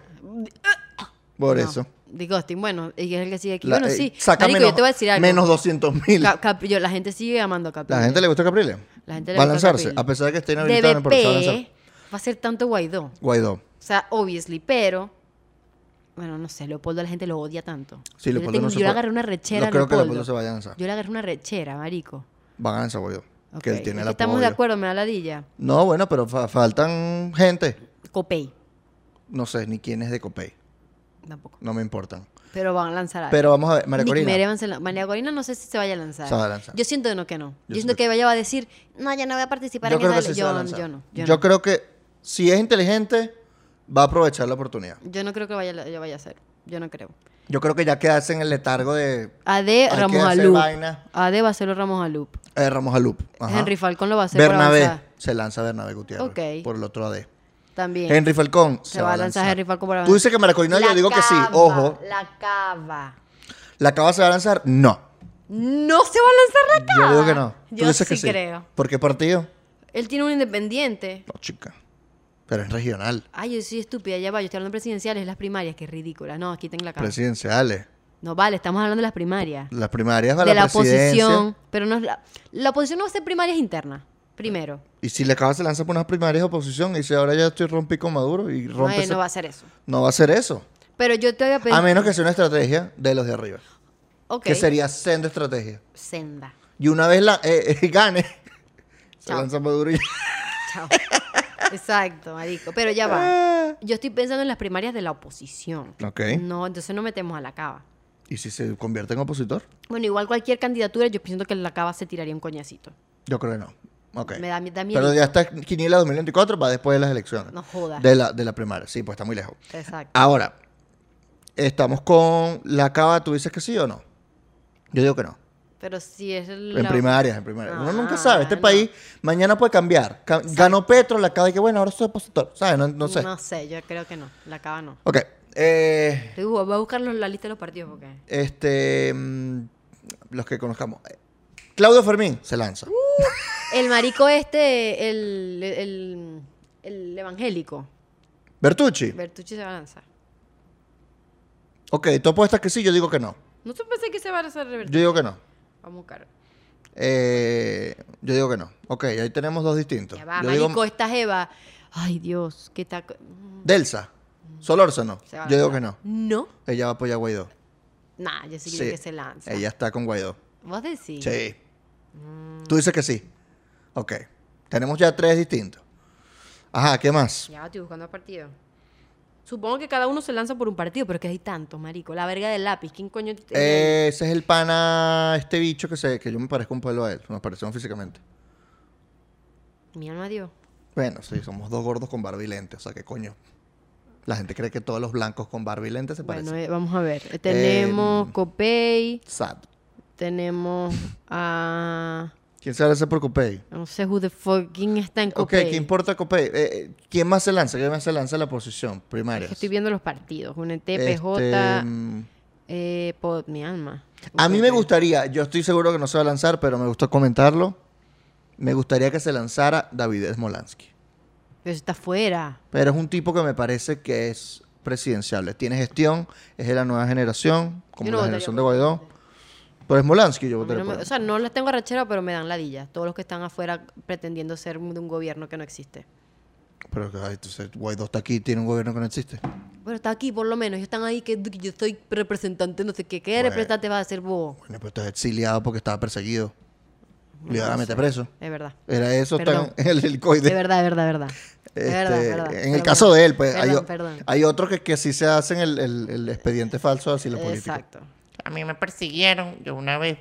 Por no, eso. De Ghosting, bueno, y es el que sigue aquí. La- bueno, eh, sí. saca Marico, menos, yo te voy a decir algo. menos doscientos mil. Ca- Cap- yo- la gente sigue amando a Capriles. ¿La gente le gusta Capriles? La gente le Va a gusta lanzarse, Capriles. a pesar de que esté inhabilitado en el proceso de lanzar. D B P va a ser tanto Guaidó. Guaidó. O sea, obviously, pero... Bueno, no sé, Leopoldo a la gente lo odia tanto. Sí, yo le Leopoldo tengo- no se yo le puede- agarré una rechera No a creo que Leopoldo. Leopoldo se vaya a lanzar. Yo le agarré una rechera, marico. Van a lanzar Guaidó. Ok, que él tiene es el que estamos de apoyo. acuerdo, me da ladilla. No, bueno, pero fa- faltan gente. Copey, No sé ni quién es de Copey. tampoco. No me importan. Pero van a lanzar algo. Pero vamos a ver, María Nick Corina. Merevans se la- María Corina no sé si se vaya a lanzar. Se va a lanzar. Yo siento que no, que no. Yo, Yo siento siento que ella va a decir, no, ya no voy a participar Yo en creo que esa... sí se va a yo, lanzar. yo no, yo, Yo no. creo que si es inteligente, va a aprovechar la oportunidad. Yo no creo que vaya, ella vaya a hacer. Yo no creo. Yo creo que ya quedarse en el letargo de A D, Hay Ramos que hacer Alup. vaina. A D va a ser Ramos Alup. eh, Ramos Alup. Ajá. Henry Falcón lo va a hacer para Bernabé. avanzar. Se lanza Bernabé Gutiérrez. Ok. Por el otro A D. También. Henry Falcón se, va a lanzar Henry Falcón para Tú dices que María Corina, yo La digo que sí. Cava, Ojo. La Cava. ¿La Cava se va a lanzar? No. No se va a lanzar la Cava. Yo digo que no. Tú Yo dices sí, que sí. creo. ¿Por qué partido? Él tiene un independiente. No, chica. Pero es regional. Ay, yo soy estúpida, ya va. Yo estoy hablando de presidenciales, las primarias, que ridícula. No, quiten la Cava. Presidenciales. No, vale, estamos hablando de las primarias. Las primarias va De la la presidencia. oposición. Pero no es la... La oposición no va a ser primarias internas. Primero. Y si la Cava se lanza por unas primarias de oposición y dice ahora ya estoy rompí con Maduro y No, rompe. eh, ese- no va a ser eso. No va a ser eso. Pero yo te voy a pedir... A menos que sea una estrategia de los de arriba. Ok. Que sería senda estrategia. Senda. Y una vez la eh, eh, gane, se Chao. lanza Maduro y Chao. Exacto, marico. Pero ya va. Yo estoy pensando en las primarias de la oposición. Ok. No, entonces no metemos a la Cava. ¿Y si se convierte en opositor? Bueno, igual cualquier candidatura, yo pienso que la Cava se tiraría un coñacito. Yo creo que no. Ok. Me da, da miedo. Pero ya está Quiniela dos mil veinticuatro, va después de las elecciones. No jodas. De la, de la primaria. Sí, pues está muy lejos. Exacto. Ahora, estamos con la Cava, ¿tú dices que sí o no? Yo digo que no. Pero si es En la... primarias, en primarias. Uno nunca Ah, sabe. Este no. país mañana puede cambiar. Ca- ganó Petro, la Cava y que bueno, ahora soy opositor. ¿Sabes? No, no sé. No sé, yo creo que no. La Cava no. Ok. Eh, Estoy- Voy a buscar los- la lista de los partidos porque... este. mm, los que conozcamos. Claudio Fermín se lanza. El marico este, el, el, el evangélico, Bertucci. Bertucci se va a lanzar. Ok, tú apuestas que sí, yo digo que no. No te pensé que se va a lanzar Bertucci. Yo digo que no. Vamos a buscar. Eh, yo digo que no. Ok, ahí tenemos dos distintos. Ya va, yo marico, digo esta jeva. Ay, Dios, qué taco. Delsa. Solórzano. Se va a Yo digo que lanzar. no. No. Ella va a apoyar a Guaidó. Nah, yo sí, Sí. creo que se lanza. Ella está con Guaidó. ¿Vos decís? Sí. Mm. Tú dices que sí. Ok. Tenemos ya tres distintos. Ajá, ¿qué más? Ya estoy buscando partido. Supongo que cada uno se lanza por un partido, pero es que hay tantos, marico. La verga del lápiz. ¿Quién coño? Eh, ese es el pana, este bicho que se, que yo me parezco un pueblo a él. Nos parecemos físicamente. Mi alma Dios. Bueno, sí, somos dos gordos con barba y lente. O sea, ¿qué coño? La gente cree que todos los blancos con barba y lente se Bueno, parecen. eh, vamos a ver. Eh, tenemos Em, Copey. Sad. Tenemos a... ¿Quién se lanza por Copey? No sé who the fucking está en Ok, Copey. ¿qué importa Copey? Eh, eh, ¿Quién más se lanza? ¿Quién más se lanza en la posición? Es Primarias. que estoy viendo los partidos. Un T, P J, Este, mm, eh, pod, mi alma. a mí me Ok. gustaría, yo estoy seguro que no se va a lanzar, pero me gusta comentarlo. Me gustaría que se lanzara David Smolansky. Pero está fuera. Pero es un tipo que me parece que es presidenciable. Tiene gestión, es de la nueva generación, como Yo no la votaría generación por de Guaidó. Pero Smolansky yo A mí votaría no me- por él. o sea, no las tengo arrachera, pero me dan ladilla. Todos los que están afuera pretendiendo ser de un gobierno que no existe. Pero ay, entonces, Guaidó está aquí, tiene un gobierno que no existe. Pero está aquí, por lo menos. Ellos están ahí, que que yo soy representante, no sé qué. ¿Qué Bueno. representante vas a ser vos? Bueno, pero está exiliado porque estaba perseguido. Le iban a No meter sé. preso. Es verdad. Era eso, está Perdón. en el helicoide. Es verdad, es verdad, es verdad. Es Este, verdad, es verdad. en el Perdón. caso de él, pues hay, Perdón, o- perdón. hay otros que, que sí se hacen el, el- el expediente falso así la política. Exacto. A mí me persiguieron yo una vez.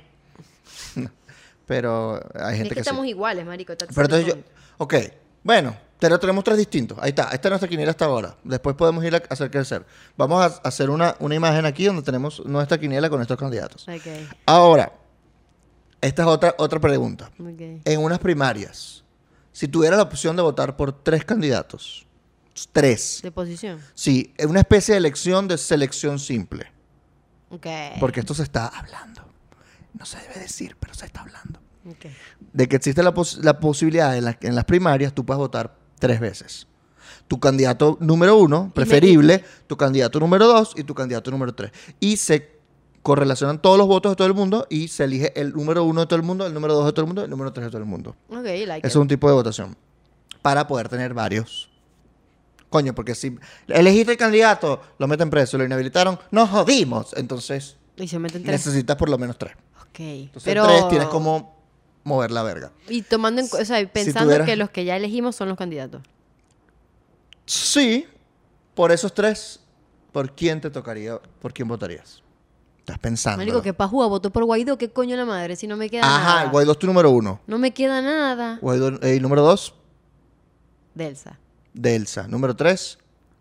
Pero hay Es gente que, que, estamos sí. iguales, marico. está Pero entonces yo, maricón. ok, bueno, pero tenemos tres distintos. Ahí está, esta es nuestra quiniela hasta ahora. Después podemos ir a hacer crecer. Vamos a hacer una, una imagen aquí donde tenemos nuestra quiniela con estos candidatos. Ok, Ahora, esta es otra, otra pregunta. ok. En unas primarias, si tuviera la opción de votar por tres candidatos, tres, De posición. sí, es una especie de elección de selección simple. Ok. Porque esto se está hablando. No se debe decir, pero se está hablando. Ok. De que existe la, pos- la posibilidad en, la- en las primarias, tú puedes votar tres veces. Tu candidato número uno, preferible, tu candidato número dos y tu candidato número tres. Y se correlacionan todos los votos de todo el mundo y se elige el número uno de todo el mundo, el número dos de todo el mundo y el número tres de todo el mundo. Ok, like Eso es un tipo de votación. Para poder tener varios. Coño, porque si elegiste el candidato, lo meten preso, lo inhabilitaron, nos jodimos. Entonces, it. Y se meten tres. necesitas por lo menos tres. Ok. Entonces, Pero... tres tienes como mover la verga. Y tomando en cu- o sea, pensando eras- que los que ya elegimos son los candidatos. Sí, por esos tres, ¿por quién te tocaría? ¿Por quién votarías? Estás pensando. Marico, que Pajúa votó por Guaidó, ¿qué coño la madre? Si no me queda Ajá, nada. Guaidó es tu número uno. No me queda nada. Guaidó, eh, número dos, Delsa. Delsa. Número tres,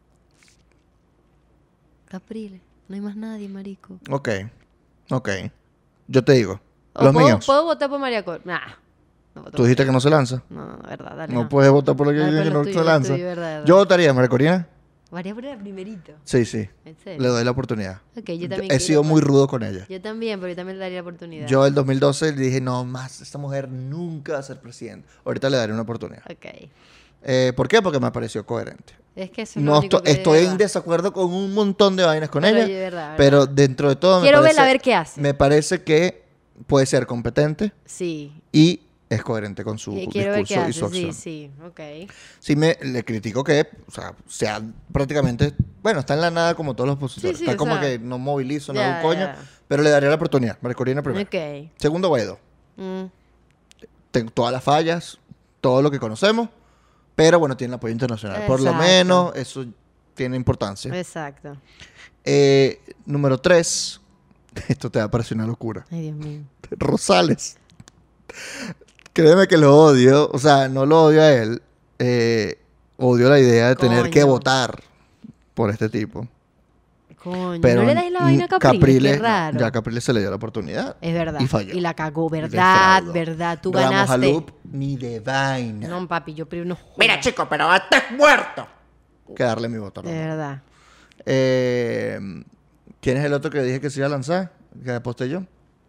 Capriles. No hay más nadie, marico. ok, ok. Yo te digo, O los puedo, míos. ¿Puedo votar por María Cor? Nah. No voto Tú por dijiste que María no se lanza. Cor. No, no, verdad, dale. No no. puedes votar por la que Dale, dice pues que lo no tuyo, se lo lanza. tuyo, verdad, verdad. Yo votaría, María Corina. María Corina primerito. Sí, sí. ¿En serio? Le doy la oportunidad. Ok, yo también He quiero, sido muy pues. rudo con ella. Yo también, pero yo también le daría la oportunidad. Yo el dos mil doce le dije, no más, esta mujer nunca va a ser presidente. Ahorita le daré una oportunidad. Ok. Eh, ¿Por qué? Porque me pareció coherente. Es que eso es lo No único esto- que estoy de en verdad. desacuerdo con un montón de vainas con Pero ella, oye, verdad, pero verdad. dentro de todo me Quiero parece, verla, a ver qué hace. me parece que puede ser competente Sí. y es coherente con su Eh, Quiero ver qué discurso y su hace. Sí, acción. sí. Ok. Sí me le critico que, o sea, sea prácticamente, bueno, está en la nada como todos los opositores. Sí, sí, está o como sea, que no movilizo, no ya, hago un coño, ya. pero le daría la oportunidad. María Corina primero. Ok. Segundo, Guaidó. Mm. Tengo todas las fallas, todo lo que conocemos, pero bueno, tiene el apoyo internacional. Por lo Exacto. menos eso tiene importancia. Exacto. Eh, número tres, esto te va a parecer una locura. Ay, Dios mío. Rosales. Créeme que lo odio, o sea, no lo odio a él, eh, odio la idea de tener que Coño. votar por este tipo. Coño. Pero ¿No le dais la vaina a mm, Capriles? Capriles, Qué raro. ya a Capriles se le dio la oportunidad. Es verdad. Y falló. Y la cagó, Y ¿verdad? defraudó. ¿Verdad? Tú Ramos ganaste. Alup, ni de vaina. No, papi, yo primero no. Mira, jodas. chico, pero estás muerto. Que darle mi voto. De Ramos. verdad. Eh, ¿Quién es el otro que dije que se iba a lanzar? Que aposté yo.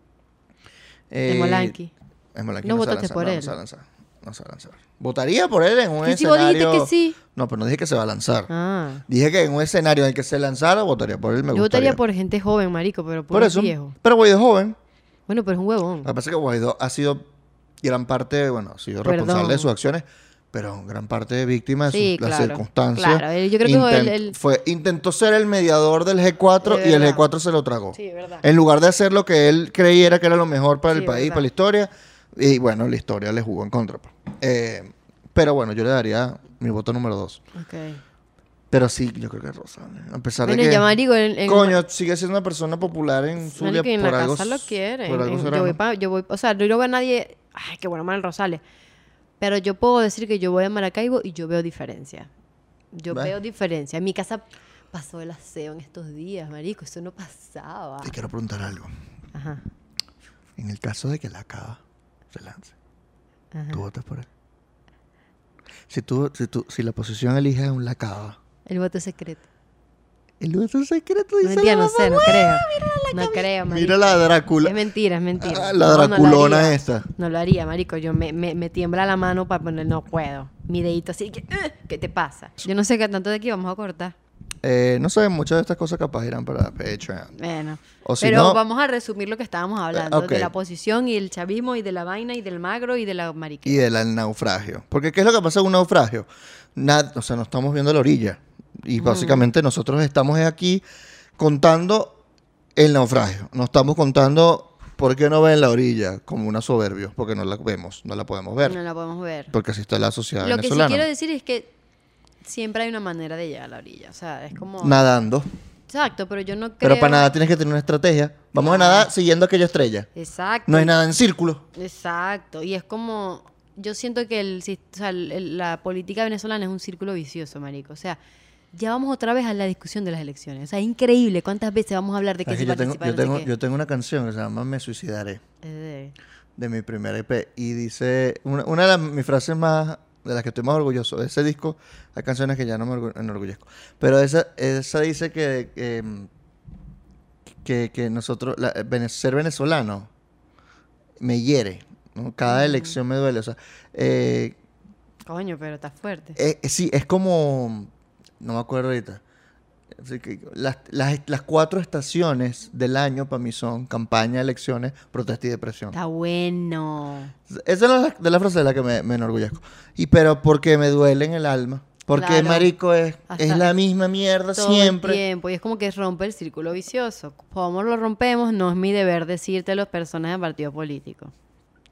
Eh, Molanqui. Esmolanqui No se va a votaste lanzar, por no, él. No se va a lanzar. No se va a lanzar. Votaría por él en un ¿Y si vos escenario... dijiste que sí? No, pero no dije que se va a lanzar. Ah. Dije que en un escenario en el que se lanzara, votaría por él. Me Yo votaría gustaría. por gente joven, marico, pero por, Por un eso. viejo. Pero Guaidó es joven. Bueno, pero es un huevón. Lo que pasa es que Guaidó ha sido gran parte, bueno, ha sido Perdón. responsable de sus acciones, pero gran parte víctima de Sí, sus, las claro. circunstancias. Claro, él- yo creo que Intent- él- él- fue, intentó ser el mediador del G cuatro De y el verdad. G cuatro se lo tragó. Sí, de verdad. En lugar de hacer lo que él creyera que era lo mejor para Sí, el país, verdad. para la historia, y bueno, la historia le jugó en contra. pues. Eh, pero bueno, yo le daría mi voto número dos. Ok. Pero sí, yo creo que Rosales. A pesar Bueno, de que... ya, marico, en, en- Coño, sigue siendo una persona popular en Zulia marico, y en por la algo... casa lo quieren. Por algo En- será, yo, voy ¿no? pa- yo voy, o sea, yo no veo a nadie, ay, qué bueno, mal Rosales. Pero yo puedo decir que yo voy a Maracaibo y yo veo diferencia. Yo ¿Ves? veo diferencia. En mi casa pasó el aseo en estos días, marico, eso no pasaba. Te quiero preguntar algo. Ajá, En el caso de que la cava se lance, ajá. ¿tú votas por él? Si, tú, si, tú, si la oposición elige a un Lacaba, El voto secreto. el voto secreto No, dice mentira, la no sé, no mamá, creo. No creo, marico. Mira la Drácula. Es mentira, es mentira. Ah, la No, no lo Draculona haría. esta. No lo haría, marico. Yo me, me, me tiembla la mano para poner, no puedo. Mi dedito así, que, "Ugh", ¿qué te pasa? Yo no sé qué tanto de aquí vamos a cortar. Eh, no sé, muchas de estas cosas capaz irán para Patreon. Bueno. O si Pero no- vamos a resumir lo que estábamos hablando. ok. De la oposición y el chavismo y de la vaina y del magro y de la Y mariquera. del naufragio. Porque ¿qué es lo que pasa en un naufragio? Nada, o sea, no estamos viendo la orilla. Y básicamente nosotros estamos aquí contando el naufragio. No estamos contando por qué no ven la orilla como una soberbio. Porque no la vemos, no la podemos ver. No la podemos ver. Porque así está la sociedad Lo que sí venezolana. quiero decir es que siempre hay una manera de llegar a la orilla. O sea, es como... Nadando. Exacto, pero yo no creo... Pero para nadar tienes que tener una estrategia. Vamos a nadar siguiendo aquella estrella. Exacto. No es nada en círculo. Exacto. Y es como... Yo siento que el, sis- o sea, el- el- la política venezolana es un círculo vicioso, marico. O sea, ya vamos otra vez a la discusión de las elecciones. O sea, es increíble cuántas veces vamos a hablar de que Es si que yo, tengo, participa, yo, no sé tengo, qué. yo tengo una canción que se llama Me Suicidaré. Es de- De mi primer E P. Y dice, una, una de las, mis frases más, de las que estoy más orgulloso, de ese disco, hay canciones que ya no me orgu- enorgullezco. Pero esa, esa dice que, que, que, que nosotros, la- vene- ser venezolano me hiere, ¿no? Cada elección me duele. O sea, eh, Coño, pero está fuerte. eh, sí, es como, no me acuerdo ahorita. Así que las, las, las cuatro estaciones del año para mí son campaña, elecciones, protesta y depresión. Está bueno. Esa es la, de la frase de la que me, me enorgullezco. Y pero porque me duele en el alma. Porque Claro. marico es, Hasta es la misma mierda Todo el siempre. tiempo. Y es como que rompe el círculo vicioso. Como lo rompemos, no es mi deber decirte a las personas del partido político.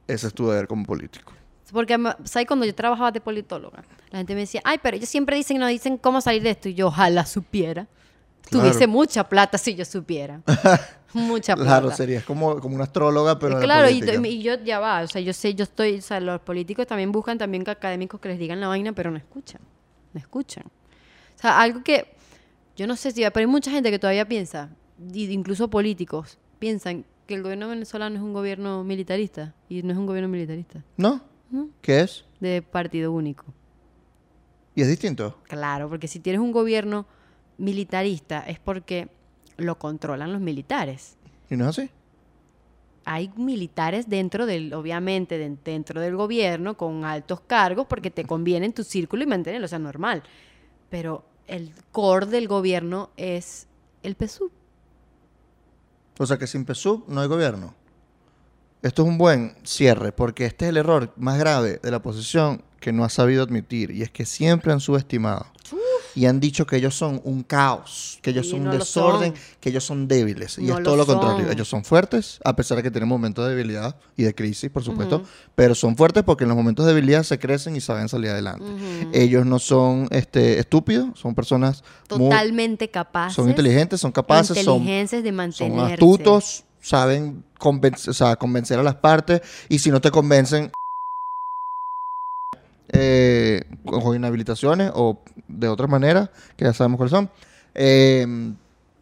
ese es tu deber como político. Porque, ¿sabes? Cuando yo trabajaba de politóloga, la gente me decía, ay, pero ellos siempre dicen, no dicen cómo salir de esto. Y yo, ojalá supiera. Claro. Tuviese mucha plata si yo supiera. Mucha plata. Claro, serías como, como una astróloga, pero en la Claro, y, política. y yo ya va, o sea, yo sé, yo estoy, o sea, los políticos también buscan también que académicos que les digan la vaina, pero no escuchan, no escuchan. O sea, algo que, yo no sé si, pero hay mucha gente que todavía piensa, y incluso políticos, piensan que el gobierno venezolano es un gobierno militarista, y no es un gobierno militarista, ¿No? ¿no? ¿Qué es? De partido único. ¿Y es distinto? Claro, porque si tienes un gobierno militarista es porque lo controlan los militares. ¿Y no es así? Hay militares dentro del, obviamente, de- dentro del gobierno con altos cargos porque te conviene en tu círculo y mantenerlo, o sea, normal. Pero el core del gobierno es el P S U V. O sea que sin P S U V no hay gobierno. Esto es un buen cierre, porque este es el error más grave de la oposición que no ha sabido admitir, y es que siempre han subestimado y han dicho que ellos son un caos, que ellos Y son no un lo desorden, son. que ellos son débiles. Y No es lo todo lo contrario. son. Ellos son fuertes, a pesar de que tienen momentos de debilidad y de crisis, por supuesto, pero son fuertes porque en los momentos de debilidad se crecen y saben salir adelante. Ellos no son este, estúpidos, son personas muy- Totalmente capaces. son inteligentes, son capaces, son, inteligentes de son mantenerse. astutos, saben convencer, o sea, convencer a las partes, y si no te convencen eh, con con inhabilitaciones o de otra manera, que ya sabemos cuáles son, eh,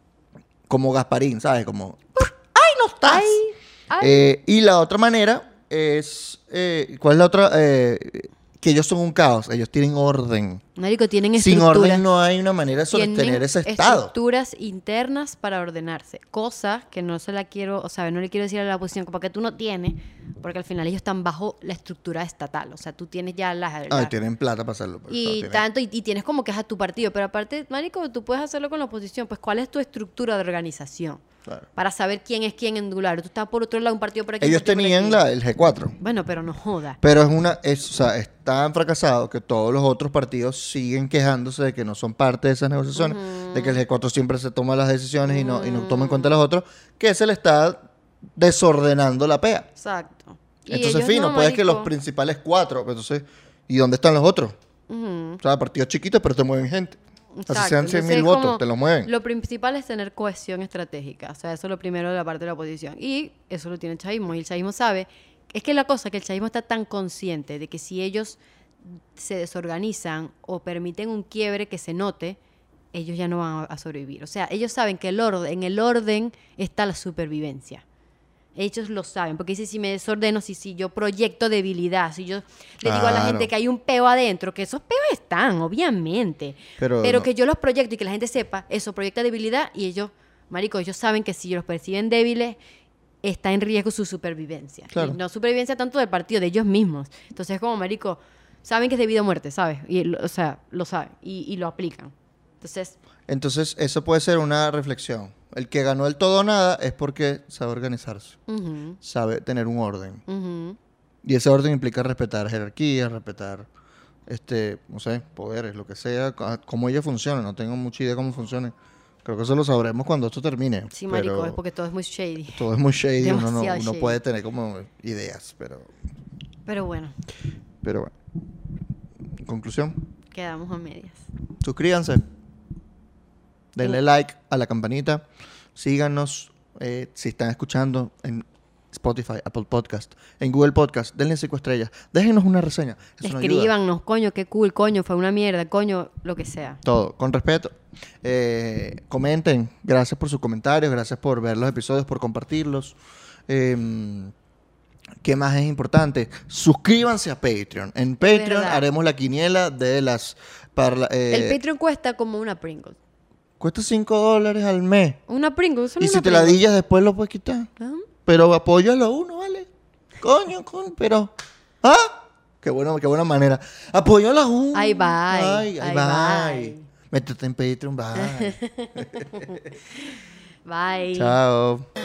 como Gasparín, ¿sabes? Como, ¡ay, no estás! Ay, ay. Eh, y la otra manera es, eh, ¿cuál es la otra? Eh, que ellos son un caos, ellos tienen orden. Marico, tienen Sin estructuras. orden no hay una manera de Tienen sostener ese estado. estructuras internas para ordenarse. Cosa que no se la quiero, o sea, no le quiero decir a la oposición, como que tú no tienes, porque al final ellos están bajo la estructura estatal. O sea, tú tienes ya las... Ay, las- tienen plata para hacerlo. pero, o sea, y tienen- tanto, y, y tienes como que es a tu partido. Pero aparte, marico, tú puedes hacerlo con la oposición. Pues, ¿cuál es tu estructura de organización? Claro. Para saber quién es quién en Dular. Tú estás por otro lado, un partido por aquí. un Ellos partido por tenían aquí. la, el G cuatro. Bueno, pero no joda. Pero es una, es, o sea, es tan fracasado que todos los otros partidos siguen quejándose de que no son parte de esas negociaciones, de que el G cuatro siempre se toma las decisiones y, no, y no toma en cuenta los otros, que se le está desordenando la P E A. Exacto. Y Entonces, ellos, fino, no, puedes que los marico. principales cuatro, pero entonces, ¿y dónde están los otros? Ujú. O sea, partidos chiquitos, pero te mueven gente. Así Exacto. sean cien Entonces, mil es votos, como- te los mueven. Lo principal es tener cohesión estratégica. O sea, eso es lo primero de la parte de la oposición. Y eso lo tiene el chavismo. Y el chavismo sabe... Es que la cosa, que el chavismo está tan consciente de que si ellos se desorganizan o permiten un quiebre que se note, ellos ya no van a, a sobrevivir. O sea, ellos saben que el orden, en el orden está la supervivencia. Ellos lo saben, porque dice, si me desordeno, si, si yo proyecto debilidad, si yo le digo a la Claro. gente que hay un peo adentro, que esos peos están, obviamente, Pero pero no. que yo los proyecto y que la gente sepa, eso proyecta debilidad y ellos, marico, ellos saben que si los perciben débiles, está en riesgo su supervivencia. Claro. Y no supervivencia tanto del partido, de ellos mismos. Entonces, como, marico, saben que es de vida o muerte, ¿sabes? Y, lo- o sea, lo saben y, y lo aplican. Entonces, Entonces, eso puede ser una reflexión. El que ganó el todo o nada es porque sabe organizarse, ujú, sabe tener un orden. ujú. Y ese orden implica respetar jerarquías, respetar, este, no sé, poderes, lo que sea, c- cómo ellas funcionan. No tengo mucha idea cómo funcionan. Creo que eso lo sabremos cuando esto termine. Sí, marico, pero es porque todo es muy shady. todo es muy shady. Uno, no, Demasiado uno shady. puede tener como ideas, pero, Pero bueno, pero bueno. Conclusión. quedamos a medias. Suscríbanse. Denle like a la campanita. Síganos eh, si están escuchando en Spotify, Apple Podcast, en Google Podcast. Denle cinco estrellas. Déjenos una reseña. Eso nos ayuda. Escríbanos, coño, qué cool, coño, fue una mierda, coño, lo que sea. Todo, con respeto. Eh, comenten. Gracias por sus comentarios. Gracias por ver los episodios, por compartirlos. Eh, ¿Qué más es importante? Suscríbanse a Patreon. En Patreon Verdad. haremos la quiniela de las... Para la- eh, El Patreon cuesta como una Pringles. Cuesta cinco dólares al mes. Una Pringles, solo Y si una te Pringles. ladillas después lo puedes quitar. ¿Ah? Pero apóyalo a uno, ¿vale? Coño, coño, pero... ¿Ah? Qué, bueno, qué buena manera. Apóyalo a uno. Ay, bye. Ay, ay, Ay, bye. bye. Métete en Patreon, bye. Bye. Chao.